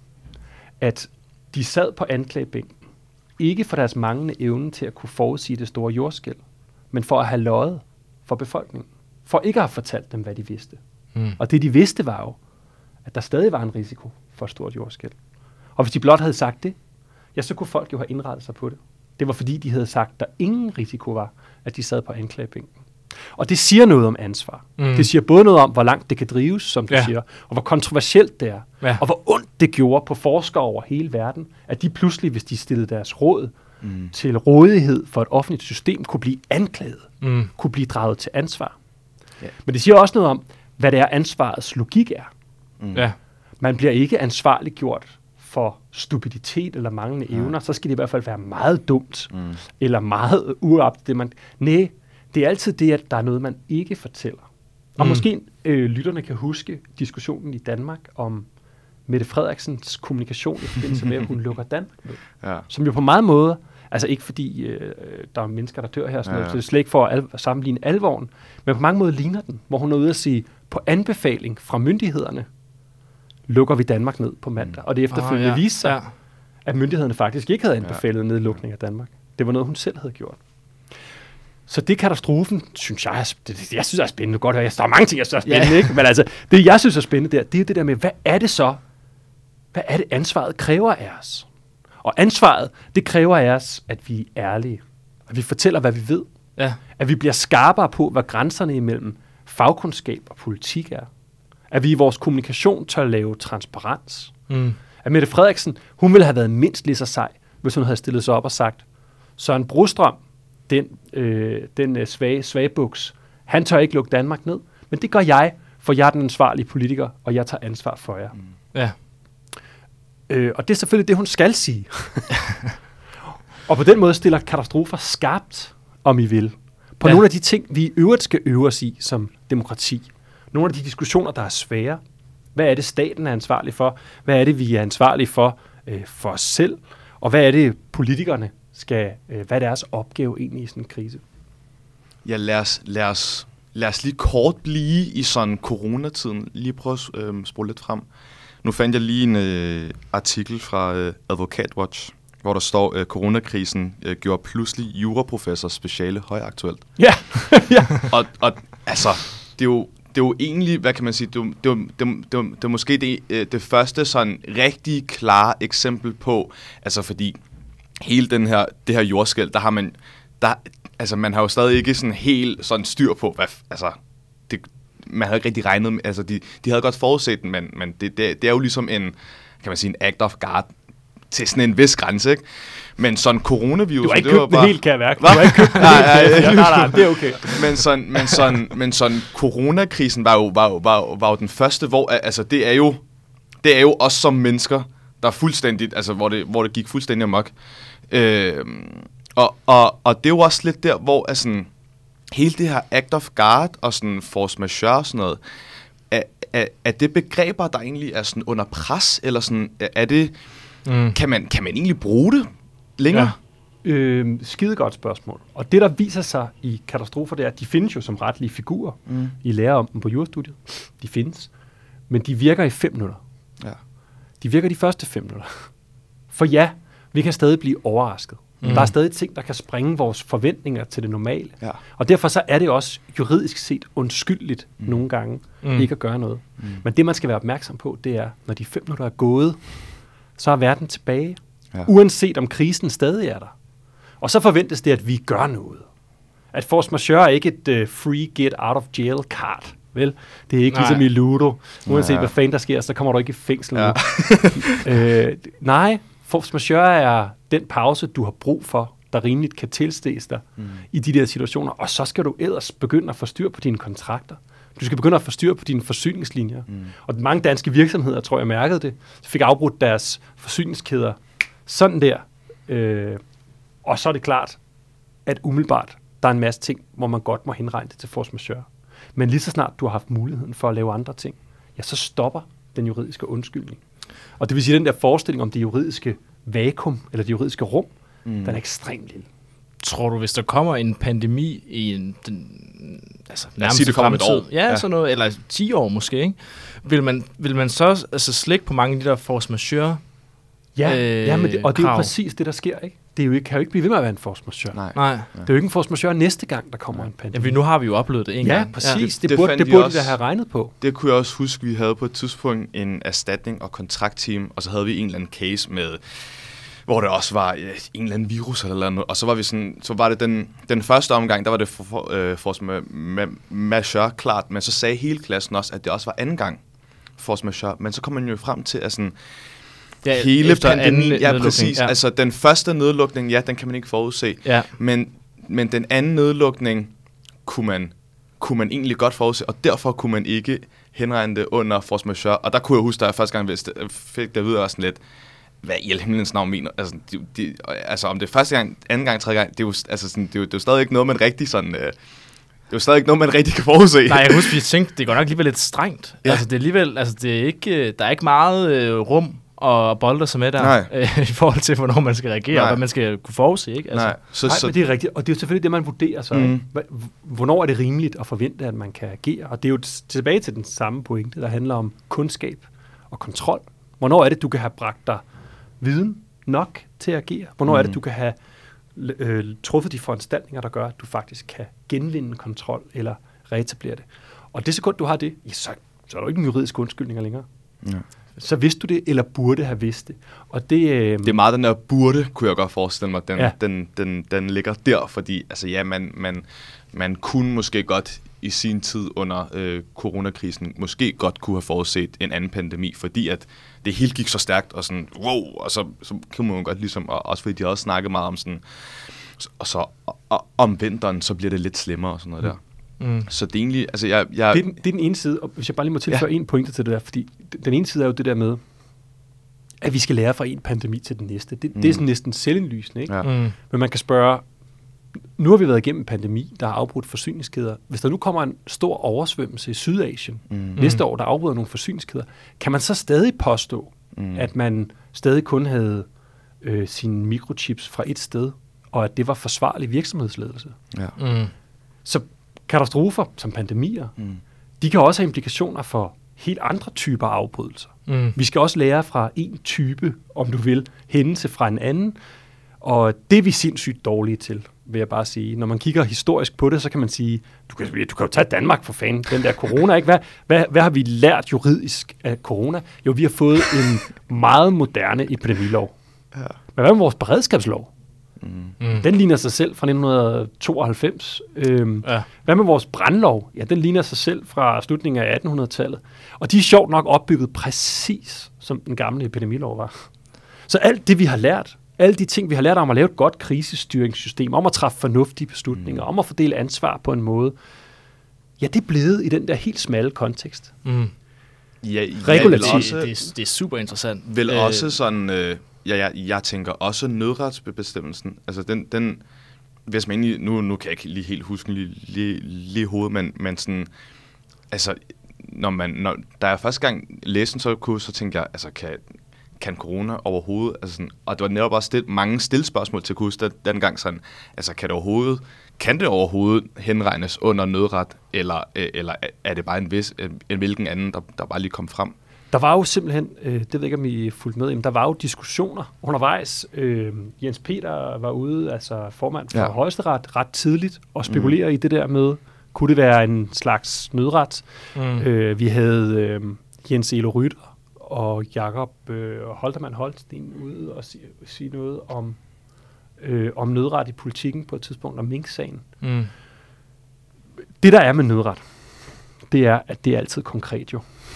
at de sad på anklagebænken, ikke for deres manglende evne til at kunne forudsige det store jordskælv, men for at have løjet for befolkningen. For ikke at have fortalt dem, hvad de vidste. Og det, de vidste, var jo, at der stadig var en risiko for et stort jordskælv. Og hvis de blot havde sagt det, ja, så kunne folk jo have indrettet sig på det. Det var fordi, de havde sagt, at der ingen risiko var, at de sad på anklagebænken. Og det siger noget om ansvar. Det siger både noget om, hvor langt det kan drives, som du siger, og hvor kontroversielt det er, og hvor ondt det gjorde på forskere over hele verden, at de pludselig, hvis de stillede deres råd til rådighed for et offentligt system, kunne blive anklaget, kunne blive draget til ansvar. Men det siger også noget om, hvad det er ansvarets logik er. Man bliver ikke ansvarliggjort for stupiditet eller manglende evner, så skal det i hvert fald være meget dumt, eller meget uapt. Nej, det er altid det, at der er noget, man ikke fortæller. Og måske lytterne kan huske diskussionen i Danmark om Mette Frederiksens kommunikation i forbindelse med, at hun lukker Danmark ned. Som jo på mange måder, altså ikke fordi der er mennesker, der dør her, sådan noget, så det er slet ikke for at sammenligne alvoren, men på mange måder ligner den, hvor hun er ude at sige, på anbefaling fra myndighederne, lukker vi Danmark ned på mandag. Og det efterfølgende viste sig, at myndighederne faktisk ikke havde anbefalet nedlukning af Danmark. Det var noget, hun selv havde gjort. Så det katastrofen, synes jeg synes er spændende. Godt høre, der er mange ting, jeg synes er spændende, ikke? Men altså, det jeg synes er spændende der, det er det der med, hvad er det så? Hvad er det, ansvaret kræver af os? Og ansvaret, det kræver af os, at vi er ærlige. At vi fortæller, hvad vi ved. Ja. At vi bliver skarpere på, hvad grænserne imellem fagkundskab og politik er. At vi i vores kommunikation tør lave transparens. At Mette Frederiksen, hun ville have været mindst lige så sej, hvis hun havde stillet sig op og sagt, Søren Brostrøm, den svage buks, han tør ikke lukke Danmark ned, men det gør jeg, for jeg er den ansvarlige politiker, og jeg tager ansvar for jer. Ja. Og det er selvfølgelig det, hun skal sige. Og på den måde stiller katastrofer skarpt, om I vil, på nogle af de ting, vi i øvrigt skal øve os i som demokrati. Nogle af de diskussioner, der er svære. Hvad er det, staten er ansvarlig for? Hvad er det, vi er ansvarlige for os selv? Og hvad er det, politikerne hvad er deres opgave egentlig i sådan en krise? Ja, lad os lige kort blive i sådan coronatiden. Lige prøve at spole lidt frem. Nu fandt jeg lige en artikel fra AdvokatWatch, hvor der står, coronakrisen gjorde pludselig juraprofessor speciale højaktuelt. Ja. og altså, det er jo egentlig, hvad kan man sige, det er måske det første sådan rigtig klare eksempel på, altså fordi hele det her jordskælv, der har man, man har jo stadig ikke sådan helt sådan styr på, man havde ikke rigtig regnet med, altså de havde godt forudset den, men det er jo ligesom en, kan man sige, en act of God til sådan en vis grænse, ikke? Men sådan coronavirus... Du har ikke købt det helt, kan jeg mærke. Du har ikke købt det helt. Nej, det er okay. Men sådan coronakrisen var jo den første, hvor altså det er jo os som mennesker, der fuldstændigt, altså hvor det gik fuldstændig amok. Og det er jo også lidt der, hvor altså, hele det her act of God og sådan force majeure og sådan noget, er det begreber, der egentlig er sådan under pres, eller sådan, er det, kan man egentlig bruge det længere? Ja. Skide godt spørgsmål. Og det, der viser sig i katastrofer, det er, at de findes jo som retlige figurer. I lærer om dem på jurastudiet. De findes. Men de virker i 5 minutter. Ja. De virker de første 5 minutter. For ja, vi kan stadig blive overrasket. Der er stadig ting, der kan springe vores forventninger til det normale. Ja. Og derfor så er det også juridisk set undskyldeligt nogle gange ikke at gøre noget. Men det, man skal være opmærksom på, det er, når de 5 minutter er gået, så er verden tilbage. Ja. Uanset om krisen stadig er der. Og så forventes det, at vi gør noget. At force majeure er ikke et free get out of jail card. Vel? Det er ikke ligesom i Ludo. Uanset hvad fanden der sker, så kommer du ikke i fængsel nu. Nej, force majeure er den pause, du har brug for, der rimeligt kan tilstedes dig i de der situationer. Og så skal du ellers begynde at få styr på dine kontrakter. Du skal begynde at få styr på dine forsyningslinjer. Og mange danske virksomheder, tror jeg, mærkede det, fik afbrudt deres forsyningskæder sådan der. Og så er det klart, at umiddelbart, der er en masse ting, hvor man godt må henregne det til force majeure. Men lige så snart du har haft muligheden for at lave andre ting, ja, så stopper den juridiske undskyldning. Og det vil sige, at den der forestilling om det juridiske vakuum, eller det juridiske rum, den er ekstremt lille. Tror du, hvis der kommer en pandemi i nærmest det kommer et år. Ja, sådan noget, eller 10 år måske, ikke? Vil man så slække på mange af de der force majeure men det er jo krav? præcis det, der sker, ikke? Det er jo ikke, kan jo ikke blive ved med at være en force majeure. Nej. Det er jo ikke en force majeure næste gang, der kommer en pandemi. Ja, nu har vi jo oplevet det en gang. Ja, præcis. Ja. Det burde de da have regnet på. Det kunne jeg også huske, vi havde på et tidspunkt en erstatning og kontraktteam, og så havde vi en eller anden case med, hvor det også var en eller anden virus eller noget, og så var vi sådan, så var det den første omgang, der var det force majeure klart, men så sagde hele klassen også, at det også var anden gang force majeure, men så kom man jo frem til, at sådan, hele pandemien, præcis. Ja. Altså den første nedlukning, den kan man ikke forudse. Ja. Men den anden nedlukning kunne man egentlig godt forudse, og derfor kunne man ikke henregne det under force majeure. Og der kunne jeg huske, da jeg første gang fik det videre sådan lidt, hvad i himlens navn mener. Altså om det er første gang, anden gang, tredje gang, det er jo, altså sådan, det er jo stadig ikke noget, man rigtig sådan... det er jo stadig ikke noget, man rigtig kan forudse. Nej, jeg husker, vi tænkte, det går nok alligevel lidt strengt. Ja. Altså det er alligevel, det er ikke, der er ikke meget rum og bolde sig med der, i forhold til, hvornår man skal reagere, og hvad man skal kunne forudse, ikke? Altså. Nej, men det er rigtigt, og det er jo selvfølgelig det, man vurderer så. Hvornår er det rimeligt at forvente, at man kan agere? Og det er jo tilbage til den samme pointe, der handler om kundskab og kontrol. Hvornår er det, du kan have bragt dig viden nok til at agere? Hvornår er det, du kan have truffet de foranstaltninger, der gør, at du faktisk kan genvinde kontrol eller reetablere det? Og det sekund, du har det, så er der jo ikke en juridisk undskyldning længere. Ja. Så vidste du det, eller burde have vidst det. Og det er meget den der burde, kunne jeg godt forestille mig, den ligger der, fordi altså, man kunne måske godt i sin tid under coronakrisen, måske godt kunne have forudset en anden pandemi, fordi at det hele gik så stærkt, og sådan, wow, og så kunne man godt ligesom, og også fordi de også snakket meget om sådan, og så om vinteren, så bliver det lidt slemmere og sådan noget der. Så det er egentlig, altså det er den ene side, og hvis jeg bare lige må tilføje en pointe til det der, fordi den ene side er jo det der med, at vi skal lære fra en pandemi til den næste. Det er sådan næsten selvindlysende, ikke? Ja. Men man kan spørge, nu har vi været igennem en pandemi, der har afbrudt forsyningskæder. Hvis der nu kommer en stor oversvømmelse i Sydasien næste år, der afbryder nogle forsyningskæder, kan man så stadig påstå, at man stadig kun havde sine mikrochips fra et sted, og at det var forsvarlig virksomhedsledelse? Ja. Så katastrofer som pandemier, de kan også have implikationer for helt andre typer afbrydelser. Vi skal også lære fra en type, om du vil, hændelse fra en anden, og det er vi sindssygt dårlige til, vil jeg bare sige. Når man kigger historisk på det, så kan man sige, du kan jo tage Danmark for fanden, den der corona, ikke? Hvad har vi lært juridisk af corona? Jo, vi har fået en meget moderne epidemilov. Ja. Men hvad med vores beredskabslov? Den ligner sig selv fra 1992. Hvad med vores brandlov? Ja, den ligner sig selv fra slutningen af 1800-tallet. Og de er sjovt nok opbygget præcis, som den gamle epidemilov var. Så alt det, vi har lært, alle de ting, vi har lært om at lave et godt krisestyringssystem, om at træffe fornuftige beslutninger, om at fordele ansvar på en måde, ja, det er blevet i den der helt smalle kontekst. Ja, regulativt. Det er super interessant. Vel også sådan... Jeg tænker også nødretsbestemmelsen. Altså den hvis man egentlig, nu kan jeg ikke lige helt huske lige hovedet, men sådan, altså, når der er første gang læsen så tænkte jeg, altså, kan corona overhovedet, altså sådan, og det var netop også mange stillspørgsmål til kursus dengang sådan, altså, kan det overhovedet henregnes under nødret, eller er det bare en hvilken anden, der bare lige kom frem? Der var jo simpelthen, det ved jeg ikke, om I fulgte med, men der var jo diskussioner undervejs. Jens Peter var ude, altså formand for Højesteret, ret tidligt, og spekulerer i det der med, kunne det være en slags nødret? Vi havde Jens Elo Rytter og Jakob Holtermann Holsten ude og sige noget om nødret i politikken på et tidspunkt, om Mink-sagen. Det, der er med nødret, det er, at det er altid konkret jo.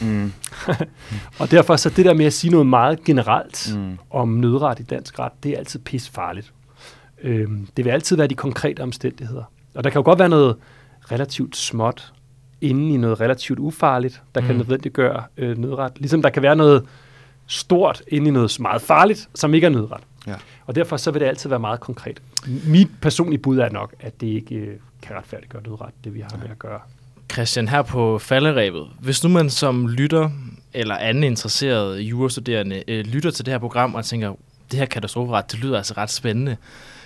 Og derfor så det der med at sige noget meget generelt om nødret i dansk ret, det er altid pissefarligt. Det vil altid være de konkrete omstændigheder. Og der kan jo godt være noget relativt småt inde i noget relativt ufarligt, der kan nødvendiggøre nødret. Ligesom der kan være noget stort inde i noget meget farligt, som ikke er nødret. Ja. Og derfor så vil det altid være meget konkret. Mit personlige bud er nok, at det ikke kan retfærdiggøre nødret, det vi har med at gøre. Christian, her på falderebet, hvis nu man som lytter eller anden interesseret jurastuderende lytter til det her program og tænker, det her katastroferet, det lyder altså ret spændende.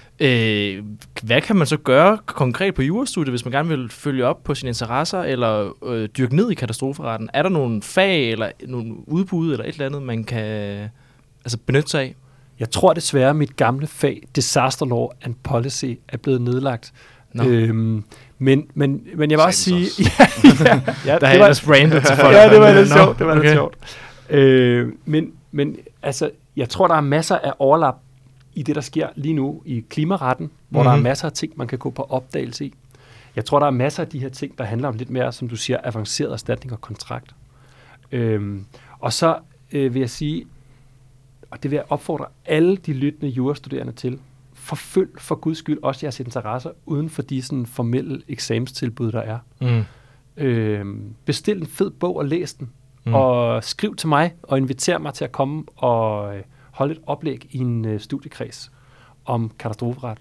Hvad kan man så gøre konkret på jurastudiet, hvis man gerne vil følge op på sine interesser eller dyrke ned i katastroferetten? Er der nogle fag eller nogle udbud eller et eller andet, man kan benytte sig af? Jeg tror desværre, at mit gamle fag, Disaster Law and Policy, er blevet nedlagt. No. Men jeg vil også sige... Der er ellers brandet til folk. Ja, det var lidt sjovt. Det var lidt sjovt. Men altså, jeg tror, der er masser af overlap i det, der sker lige nu i klimaretten, hvor der er masser af ting, man kan gå på opdagelse i. Jeg tror, der er masser af de her ting, der handler om lidt mere, som du siger, avanceret erstatning og kontrakt. Og så vil jeg sige, og det vil jeg opfordre alle de lyttende jurastuderende til, forfølg for Guds skyld også jeres interesser, uden for de sådan formelle eksamenstilbud, der er. Bestil en fed bog og læs den, og skriv til mig, og inviter mig til at komme og holde et oplæg i en studiekreds om katastroferet.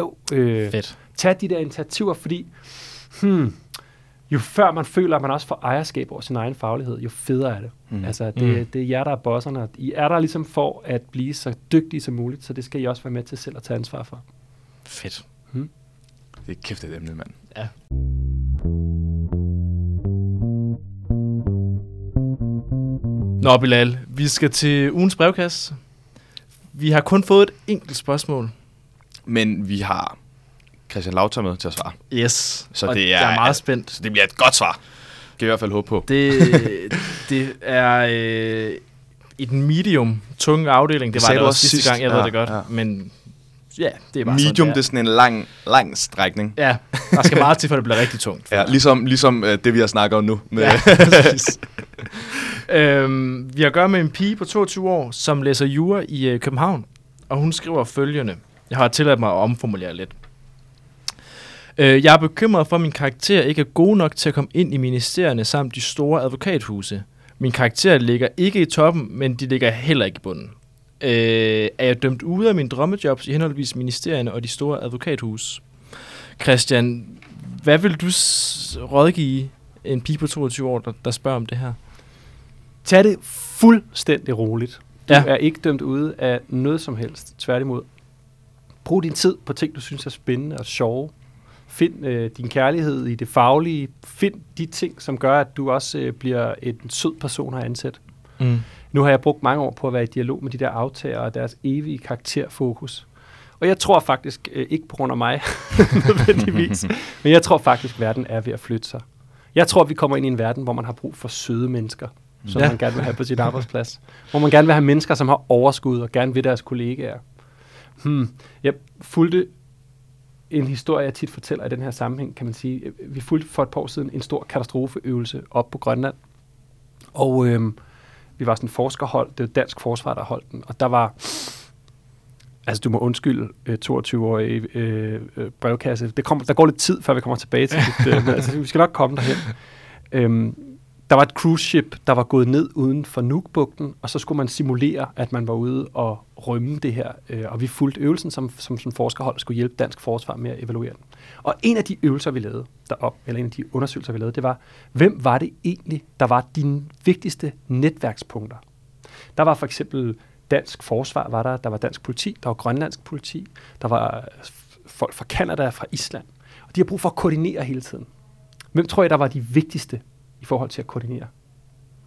Tag de der initiativer, fordi jo før man føler, at man også får ejerskab over sin egen faglighed, jo federe er det. Altså, det er jer, der er bosserne. I er der ligesom for at blive så dygtige som muligt, så det skal I også være med til selv at tage ansvar for. Fedt. Det er kæft et emne, mand. Ja. Nå, Bilal, vi skal til ugens brevkasse. Vi har kun fået et enkelt spørgsmål. Men vi har Christian Lauter med til at svare. Yes, så og det jeg er meget spændt. Så det bliver et godt svar. Det kan jeg i hvert fald håbe på. Det er i den medium tunge afdeling. Det var det også sidste gang, jeg ved det godt. Ja. Men ja, det er bare medium, sådan, det er sådan en lang strækning. Ja, der skal meget til, for det bliver rigtig tungt. Ja, ligesom det, vi har snakket om nu. Med vi har at gøre med en pige på 22 år, som læser jura i København. Og hun skriver følgende. Jeg har tilladt mig at omformulere lidt. Jeg er bekymret for, at min karakter ikke er god nok til at komme ind i ministerierne samt de store advokathuse. Min karakter ligger ikke i toppen, men de ligger heller ikke i bunden. Er jeg dømt ude af mine drømmejobs i henholdsvis ministerierne og de store advokathuse? Christian, hvad vil du rådgive en pige på 22 år, der spørger om det her? Tag det fuldstændig roligt. Du er ikke dømt ude af noget som helst. Tværtimod. Brug din tid på ting, du synes er spændende og sjove. Find din kærlighed i det faglige. Find de ting, som gør, at du også bliver en sød person at ansætte. Nu har jeg brugt mange år på at være i dialog med de der aftagere og deres evige karakterfokus. Og jeg tror faktisk, ikke på grund af mig nødvendigvis, men jeg tror faktisk, at verden er ved at flytte sig. Jeg tror, vi kommer ind i en verden, hvor man har brug for søde mennesker, som man gerne vil have på sin arbejdsplads. Hvor man gerne vil have mennesker, som har overskud og gerne vil deres kollegaer. Jeg fulgte en historie, jeg tit fortæller i den her sammenhæng, kan man sige. Vi fulgte for et par år siden en stor katastrofeøvelse op på Grønland. Og vi var sådan en forskerhold, det var dansk forsvar, der holdt den. Og der var, altså du må undskylde 22-årige brevkasse. Der går lidt tid, før vi kommer tilbage til det, men altså, vi skal nok komme derhen. Der var et cruise ship, der var gået ned uden for Nuuk-bugten, og så skulle man simulere, at man var ude og rømme det her. Og vi fulgte øvelsen, som forskerhold skulle hjælpe dansk forsvar med at evaluere den. Og en af de øvelser, vi lavede derop, eller en af de undersøgelser, vi lavede, det var, hvem var det egentlig, der var dine vigtigste netværkspunkter? Der var for eksempel dansk forsvar, der var dansk politi, der var grønlandsk politi, der var folk fra Canada, fra Island. Og de har brug for at koordinere hele tiden. Hvem tror jeg, der var de vigtigste i forhold til at koordinere?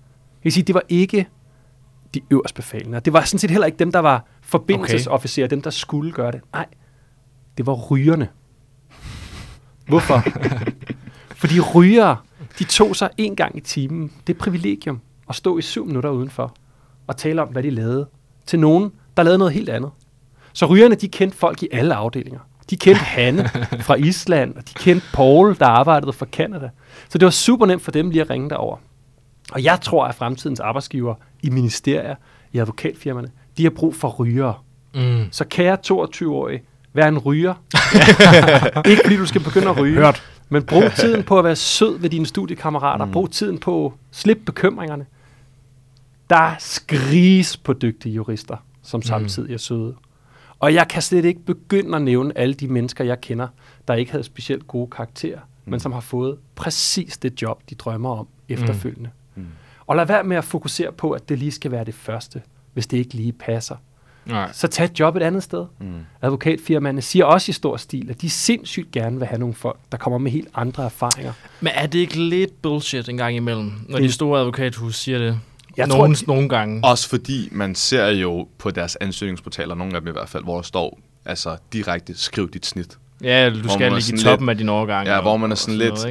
kan sige, det var ikke de øverstbefalende. Det var sådan set heller ikke dem, der var forbindelsesofficerer, dem, der skulle gøre det. Nej, det var rygerne. Hvorfor? Fordi rygere, de tog sig en gang i timen, det privilegium, at stå i 7 minutter udenfor og tale om, hvad de lavede, til nogen, der lavede noget helt andet. Så rygerne, de kendte folk i alle afdelinger. De kendte Hanne fra Island, og de kendte Paul, der arbejdede for Canada. Så det var super nemt for dem lige at ringe derover. Og jeg tror, at fremtidens arbejdsgiver i ministerier, i advokatfirmaerne, de har brug for rygere. Så kære 22-årige, vær en ryger. Ikke fordi du skal begynde at ryge, men brug tiden på at være sød ved dine studiekammerater. Brug tiden på at slippe bekymringerne. Der skriges på dygtige jurister, som samtidig er søde. Og jeg kan slet ikke begynde at nævne alle de mennesker, jeg kender, der ikke havde specielt gode karakterer, men som har fået præcis det job, de drømmer om efterfølgende. Og lad være med at fokusere på, at det lige skal være det første, hvis det ikke lige passer. Nej. Så tag et job et andet sted. Advokatfirmaerne siger også i stor stil, at de sindssygt gerne vil have nogle folk, der kommer med helt andre erfaringer. Men er det ikke lidt bullshit en gang imellem, når de store advokathus siger det? Jeg Nogle gange. Også fordi man ser jo på deres ansøgningsportaler, nogle af dem i hvert fald, hvor der står altså direkte, skriv dit snit. Ja, du skal ligge i toppen af din årgang. Ja, hvor man er sådan lidt,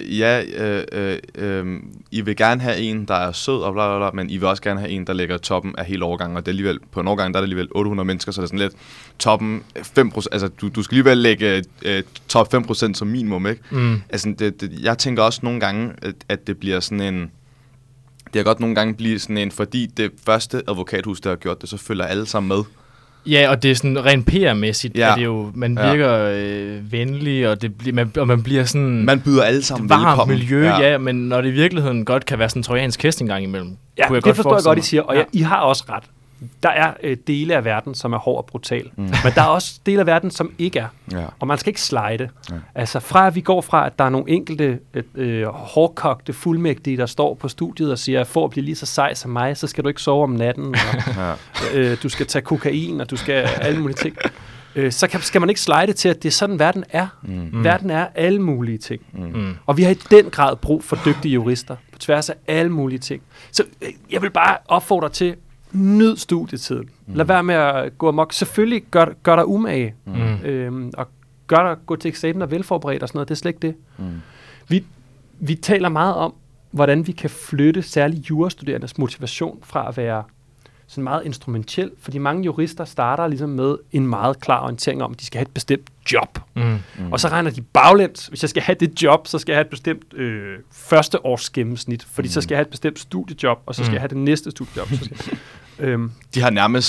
noget, I vil gerne have en, der er sød og bla, bla, bla, men I vil også gerne have en, der ligger i toppen af hele årgangen, og det er alligevel, på en årgang, der er det alligevel 800 mennesker, så det er sådan lidt toppen 5%, altså du skal alligevel lægge top 5% som minimum, ikke? Altså, jeg tænker også nogle gange, at det bliver sådan en, det har godt nogle gange blive sådan en, fordi det første advokathus, der har gjort det, så følger alle sammen med. Ja, og det er sådan rent PR-mæssigt, at det jo, man virker venlig, og man bliver sådan... Man byder alle sammen varmt velkommen. Miljø, ja, men når det i virkeligheden godt kan være sådan en trojansk hest en gang imellem. Ja, det forstår jeg godt, I siger, og I har også ret. Der er dele af verden, som er hård og brutal, men der er også dele af verden, som ikke er. Ja. Og man skal ikke slide. Ja. Altså fra at vi går fra, at der er nogle enkelte hårdkogte fuldmægtige, der står på studiet og siger, for at blive lige så sej som mig, så skal du ikke sove om natten, og du skal tage kokain, og du skal alle mulige ting. Så skal man ikke slide til, at det er sådan, verden er. Verden er alle mulige ting. Og vi har i den grad brug for dygtige jurister, på tværs af alle mulige ting. Så jeg vil bare opfordre til, nyd studietiden. Lad være med at gå amok. Selvfølgelig gør dig umage. Og gør dig gå til eksamen og velforberedt og sådan noget. Det er slet ikke det. Vi taler meget om, hvordan vi kan flytte særligt jurastuderendes motivation fra at være sådan meget instrumentel, fordi mange jurister starter ligesom med en meget klar orientering om, at de skal have et bestemt job. Og så regner de baglæns. Hvis jeg skal have det job, så skal jeg have et bestemt første års gennemsnit, fordi så skal jeg have et bestemt studiejob, og så skal jeg have det næste studiejob. Så skal de har nærmest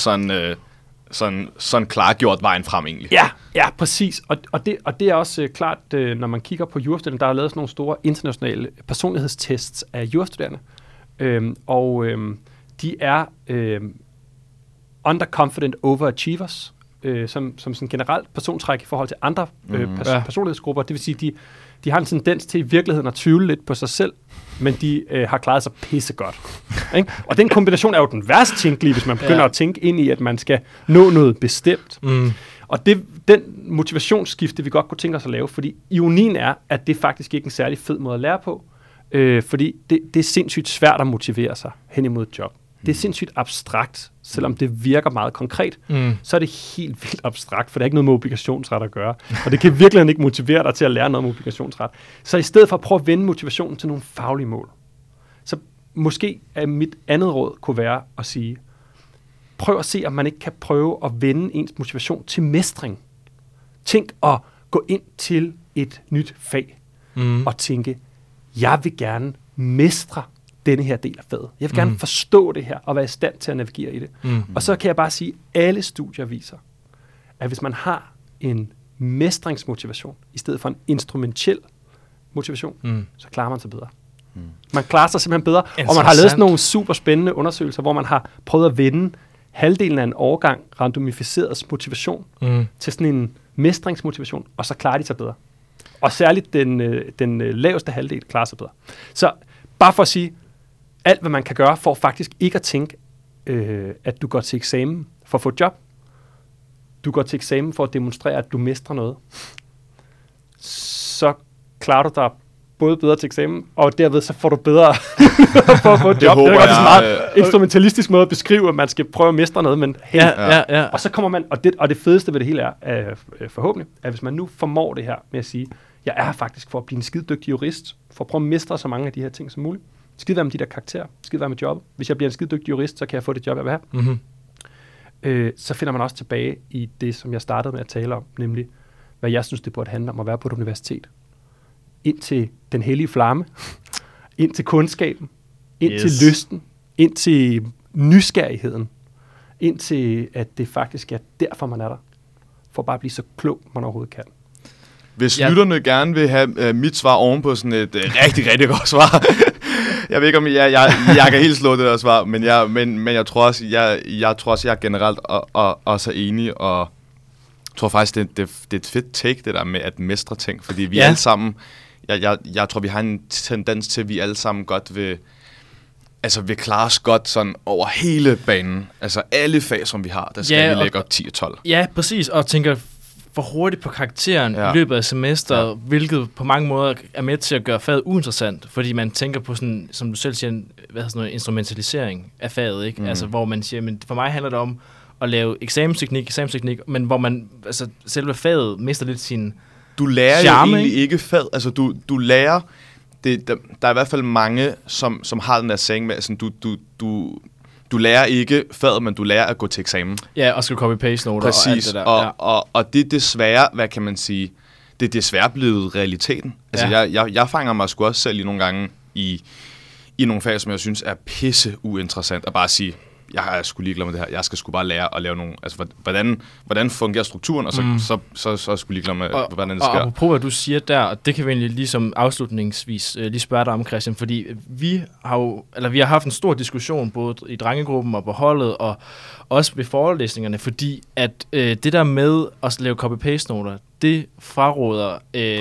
sådan klargjort vejen frem egentlig. Ja, præcis. Og det er også klart, når man kigger på jurastuderende, der er lavet sådan nogle store internationale personlighedstests af jurastuderende, de er underconfident overachievers, som sådan generelt persontræk i forhold til andre personlighedsgrupper. Det vil sige, de har en tendens til i virkeligheden at tvivle lidt på sig selv, men de har klaret sig pissegodt. Ikke? Og den kombination er jo den værst tænkelige, hvis man begynder at tænke ind i, at man skal nå noget bestemt. Og den motivationsskifte, vi godt kunne tænke os at lave, fordi ironien er, at det faktisk ikke er en særlig fed måde at lære på, fordi det er sindssygt svært at motivere sig hen imod et job. Det er sindssygt abstrakt, selvom det virker meget konkret, så er det helt vildt abstrakt, for det er ikke noget med obligationsret at gøre. Og det kan virkelig ikke motivere dig til at lære noget om obligationsret. Så i stedet for at prøve at vende motivationen til nogle faglige mål, så måske mit andet råd kunne være at sige, prøv at se, om man ikke kan prøve at vende ens motivation til mestring. Tænk at gå ind til et nyt fag og tænke, jeg vil gerne mestre denne her del af faget. Jeg vil gerne forstå det her, og være i stand til at navigere i det. Og så kan jeg bare sige, at alle studier viser, at hvis man har en mestringsmotivation, i stedet for en instrumentel motivation, så klarer man sig bedre. Man klarer sig simpelthen bedre, og man har lavet sådan nogle super spændende undersøgelser, hvor man har prøvet at vende halvdelen af en årgang randomificerets motivation til sådan en mestringsmotivation, og så klarer de sig bedre. Og særligt den laveste halvdel klarer sig bedre. Så bare for at sige, alt hvad man kan gøre for faktisk ikke at tænke, at du går til eksamen for at få et job. Du går til eksamen for at demonstrere, at du mestrer noget. Så klarer du dig både bedre til eksamen, og derved så får du bedre for at få et job. håber Det er godt jeg, en meget instrumentalistisk måde at beskrive, at man skal prøve at mestre noget, men hey. Ja. Og så kommer man, og det fedeste ved det hele er, forhåbentlig, at hvis man nu formår det her med at sige, jeg er her faktisk for at blive en skidedygtig jurist, for at prøve at mestre så mange af de her ting som muligt. Skide være med de der karakterer, skide være med jobbet. Hvis jeg bliver en skidedygtig jurist, så kan jeg få det job, jeg vil have. Mm-hmm. Så finder man også tilbage i det, som jeg startede med at tale om, nemlig, hvad jeg synes, det burde handle om at være på et universitet. Ind til den hellige flamme, ind til kundskaben, ind til lysten, ind til nysgerrigheden, ind til, at det faktisk er derfor, man er der. For bare at blive så klog, man overhovedet kan. Hvis lytterne gerne vil have mit svar ovenpå sådan et rigtig, rigtig godt svar. Jeg ved ikke, om jeg kan helt slå det der svar, men jeg tror også, jeg er generelt også er enig, og jeg tror faktisk, det er et fedt take, det der med at mestre ting, fordi vi alle sammen, jeg tror, vi har en tendens til, at vi alle sammen godt vil klare os godt sådan over hele banen. Altså alle fag, som vi har, der skal vi lægge op 10 og 12. Ja, præcis, og tænker for hurtigt på karakteren i løbet af semesteret, hvilket på mange måder er med til at gøre faget uinteressant, fordi man tænker på sådan, som du selv siger, instrumentalisering af faget, ikke? Altså hvor man siger, men for mig handler det om at lave eksamensteknik, men hvor man, altså selve faget mister lidt sin du lærer charme, jo egentlig ikke fag, altså du lærer, der er i hvert fald mange, som har den der saying med, altså du lærer ikke faget, men du lærer at gå til eksamen. Ja, og skal copy-paste noter og alt det der. Og det er desværre, hvad kan man sige, det er desværre blevet realiteten. Altså jeg fanger mig sgu også selv i nogle gange i nogle fag, som jeg synes er pisse uinteressant at bare sige, jeg er sgu ligeglad med det her. Jeg skal sgu bare lære at lave nogle, altså hvordan fungerer strukturen, og så er jeg sgu ligeglad med, hvordan det sker. Og apropos hvad du siger der, og det kan vi egentlig ligesom afslutningsvis lige spørge dig om, Christian, fordi vi har haft en stor diskussion både i drengegruppen og på holdet, og også ved forelæsningerne, fordi at det der med at lave copy-paste noter, det fraråder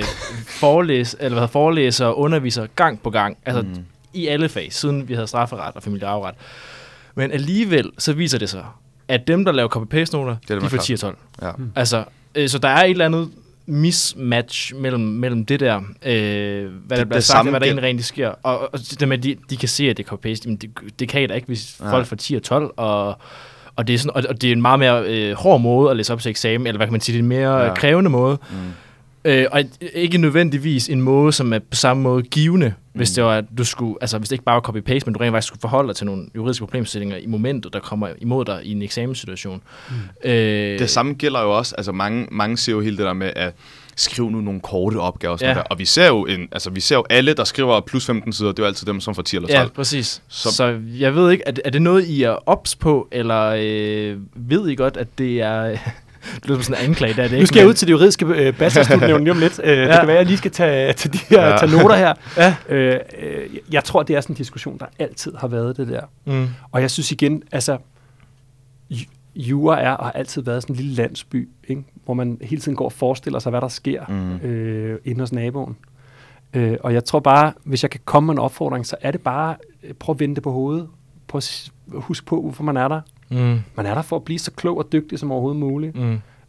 forelæsere og undervisere gang på gang, altså i alle fag, siden vi havde strafferet og familiearveret. Men alligevel, så viser det sig, at dem, der laver copy-paste-noter, de får 10 og 12. Ja. Altså, så der er et eller andet mismatch mellem det der, hvad der bliver sagt, og hvad der egentlig rent sker. Og det med, de kan se, at det er copy-paste, men det kan I da ikke, hvis folk får 10 og 12, og det er sådan, og det er en meget mere hård måde at læse op til eksamen, eller hvad kan man sige, det er en mere krævende måde. Og ikke nødvendigvis en måde, som er på samme måde givende, hvis det var, at du skulle, altså hvis det ikke bare var copy-paste, men du rent faktisk skulle forholde dig til nogle juridiske problemstillinger i momentet, der kommer imod dig i en eksamenssituation. Det samme gælder jo også, altså mange ser jo hele det der med at skrive nu nogle korte opgaver, sådan der. Og vi ser jo alle, der skriver plus 15 sider, det er jo altid dem, som får 10 eller 12. Ja, præcis. Så jeg ved ikke, er det noget, I er ops på, eller ved I godt, at det er... Det lyder sådan en anklage, der er det ikke. Nu skal jeg ud til det juridiske bachelorstudiet lige om lidt. Det kan være, at jeg lige skal tage noter her. Ja. Jeg tror, det er sådan en diskussion, der altid har været det der. Og jeg synes igen, altså, jura er og har altid været sådan en lille landsby, ikke? Hvor man hele tiden går og forestiller sig, hvad der sker inde hos naboen. Og jeg tror bare, hvis jeg kan komme med en opfordring, så er det bare, prøv at vende det på hovedet. Prøv at huske på, hvorfor man er der. Man er der for at blive så klog og dygtig som overhovedet muligt.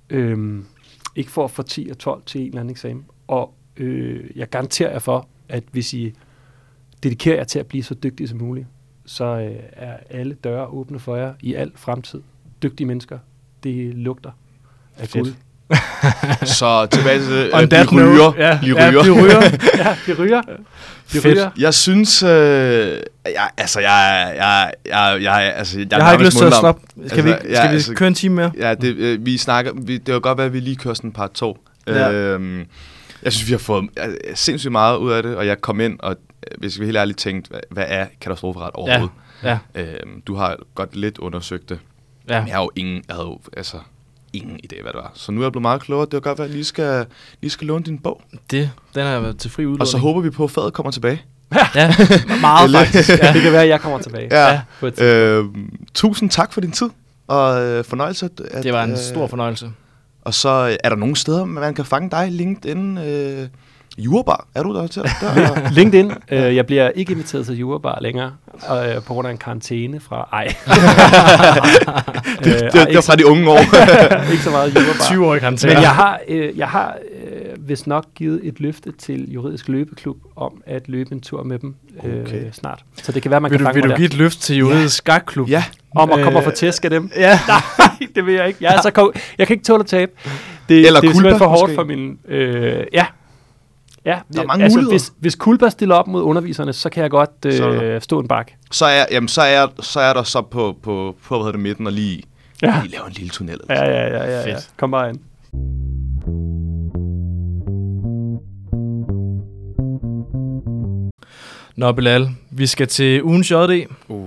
Ikke for at få 10 og 12 til en eller anden eksamen. Og jeg garanterer jer for, at hvis I dedikerer jer til at blive så dygtige som muligt, så er alle døre åbne for jer i al fremtid. Dygtige mennesker, det lugter af guld. Så tilbage til det. De ryger. Jeg synes, jeg har ikke lyst til at stoppe. Skal vi køre en time mere? Ja, det kan godt være, at vi lige kører sådan en part 2. Jeg synes, vi har fået sindssygt meget ud af det, og jeg kom ind, og hvis vi helt ærligt tænkte, hvad er katastroferet overhovedet? Ja. Du har godt lidt undersøgt det. Ja. Men jeg havde jo ingen idé, hvad det var. Så nu er jeg blevet meget klogere. Det kan godt være, at jeg lige skal låne din bog. Den har været til fri udlåning. Og så håber vi på, at faget kommer tilbage. Ja, meget faktisk. Ja. Det kan være, at jeg kommer tilbage. Ja. Tusind tak for din tid, og fornøjelse. Det var en stor fornøjelse. Og så er der nogle steder, man kan fange dig. LinkedIn, Jurabar, er du der til? LinkedIn. Jeg bliver ikke inviteret til Jurabar længere, på grund af en karantæne fra... det er fra de unge år. Ikke så meget Jurabar. 20 år i karantæne. Men jeg har vist nok givet et løfte til Juridisk Løbeklub om at løbe en tur med dem snart. Så det kan være, man kan fange Vil du give et løft til Juridisk Skakklub? Ja. om at komme og få tæsk af dem? Ja. Nej, det vil jeg ikke. Jeg kan ikke tåle at tabe. Det Eller er Kulba, simpelthen for hårdt måske. for min... Ja, Der er mange muligheder. Hvis Kulba stiller op mod underviserne, så kan jeg godt stå en bak. Så er der så på hvad hedder det, midten og lige lave en lille tunnel. Ja. Fedt. Kom bare ind. Nå, Bilal, vi skal til ugens JD.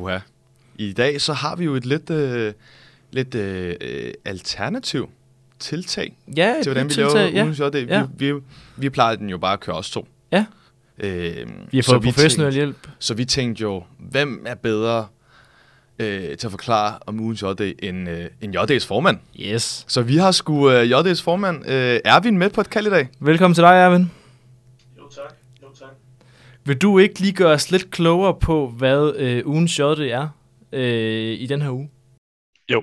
I dag så har vi jo et lidt alternativ tiltag Ja, til, hvordan vi laver ugens JD. Vi plejer den jo bare at køre os to. Ja. Vi har fået professionel hjælp. Så vi tænkte jo, hvem er bedre til at forklare om ugens JD end JD's formand? Yes. Så vi har sgu JD's formand, Ervin, med på et kald i dag. Velkommen til dig, Ervin. Jo tak. Vil du ikke lige gøre os lidt klogere på, hvad ugens JD er i den her uge? Jo.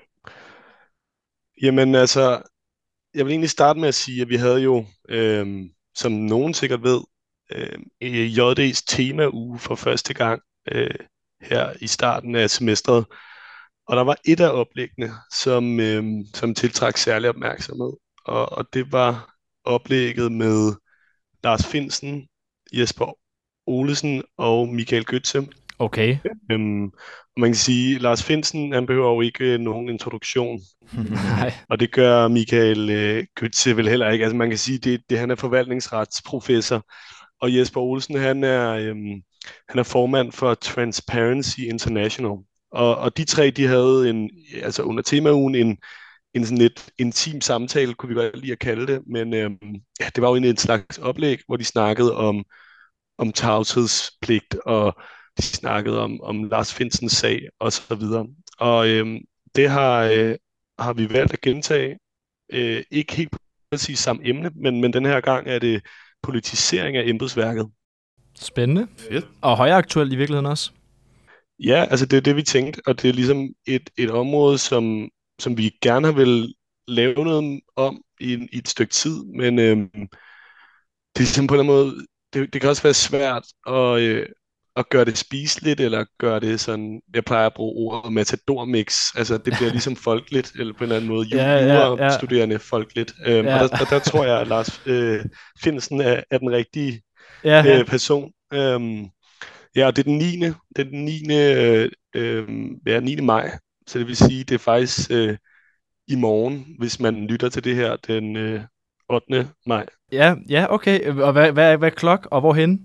Jamen altså, jeg vil egentlig starte med at sige, at vi havde jo, som nogen sikkert ved, JD's temauge for første gang her i starten af semestret. Og der var et af oplæggene, som tiltrak særlig opmærksomhed. Og det var oplægget med Lars Findsen, Jesper Olesen og Michael Götze. Okay. Og man kan sige, at Lars Findsen, han behøver jo ikke nogen introduktion. Nej. Og det gør Michael Götze vel heller ikke. Altså man kan sige, det han er forvaltningsretsprofessor. Og Jesper Olesen, han er formand for Transparency International. Og de tre, de havde under temaugen en sådan lidt intim samtale, kunne vi godt lide at kalde det. Men det var jo en slags oplæg, hvor de snakkede om tavshedspligt, og de snakkede om Lars Findsens sag, og så videre. Og det har vi valgt at gentage. Ikke helt præcis samme emne, men den her gang er det politisering af embedsværket. Spændende. Fedt. Og højaktuelt i virkeligheden også. Ja, altså det er det, vi tænkte, og det er ligesom et område, som vi gerne vil lave noget om i et stykke tid, men det er simpelthen på en måde, det kan også være svært at gøre det spiseligt, eller gøre det sådan, jeg plejer at bruge ordet matadormix, altså det bliver ligesom folkeligt, eller på en eller anden måde jurastuderende folkeligt. Og der tror jeg, at Lars Findsen er den rigtige person. Og det er den 9. maj, så det vil sige, det er faktisk i morgen, hvis man lytter til det her den 8. maj. Ja, okay. Og hvad er klok, og hvorhen?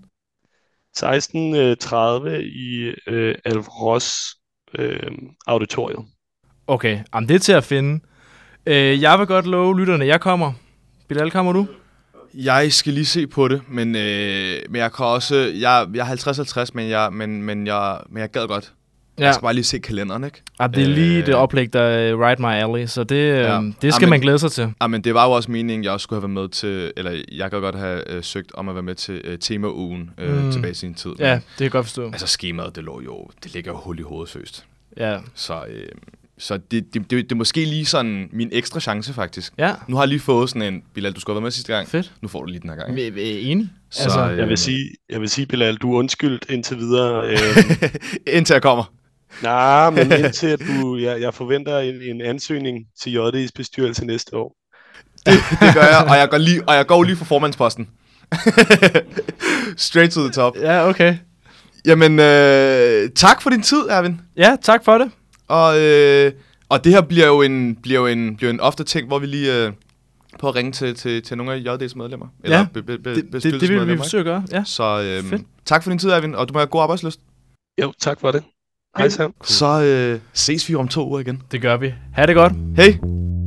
16:30 i Alf Ross auditoriet. Okay, jamen det er til at finde. Jeg vil godt love lytterne, jeg kommer. Bilal, kommer du? Jeg skal lige se på det, men jeg kan også... Jeg er 50-50, men jeg gad godt. Ja. Jeg skal bare lige se kalenderen, ikke? Ja, det er lige det oplæg, der right my alley, så det skal man glæde sig til. Ja, men det var jo også meningen, jeg også skulle have været med til... Eller jeg kan godt have søgt om at være med til temaugen tilbage i sin tid. Ja, det kan jeg godt forstå. Altså skemaet, det ligger jo hul i hovedet søst. Ja. Så det er måske lige sådan min ekstra chance, faktisk. Ja. Nu har jeg lige fået sådan en... Bilal, du skulle have været med sidste gang. Fedt. Nu får du lige den her gang. Enig. Så, altså, jeg vil sige, Bilal, du er undskyldt indtil videre. Indtil jeg kommer. Nej, men indtil at jeg forventer en ansøgning til JD's bestyrelse næste år. Det gør jeg, og jeg går lige for formandsposten. Straight to the top. Ja, okay. Jamen, tak for din tid, Ervin. Ja, tak for det. Og det her bliver jo en ofte ting, hvor vi lige på at ringe til nogle af JD's medlemmer. Eller det vil vi forsøge at gøre. Ja. Så tak for din tid, Ervin, og du må have god arbejdslyst. Jo, tak for det. Hej Sam. Så ses vi om 2 uger igen. Det gør vi. Ha' det godt. Hej.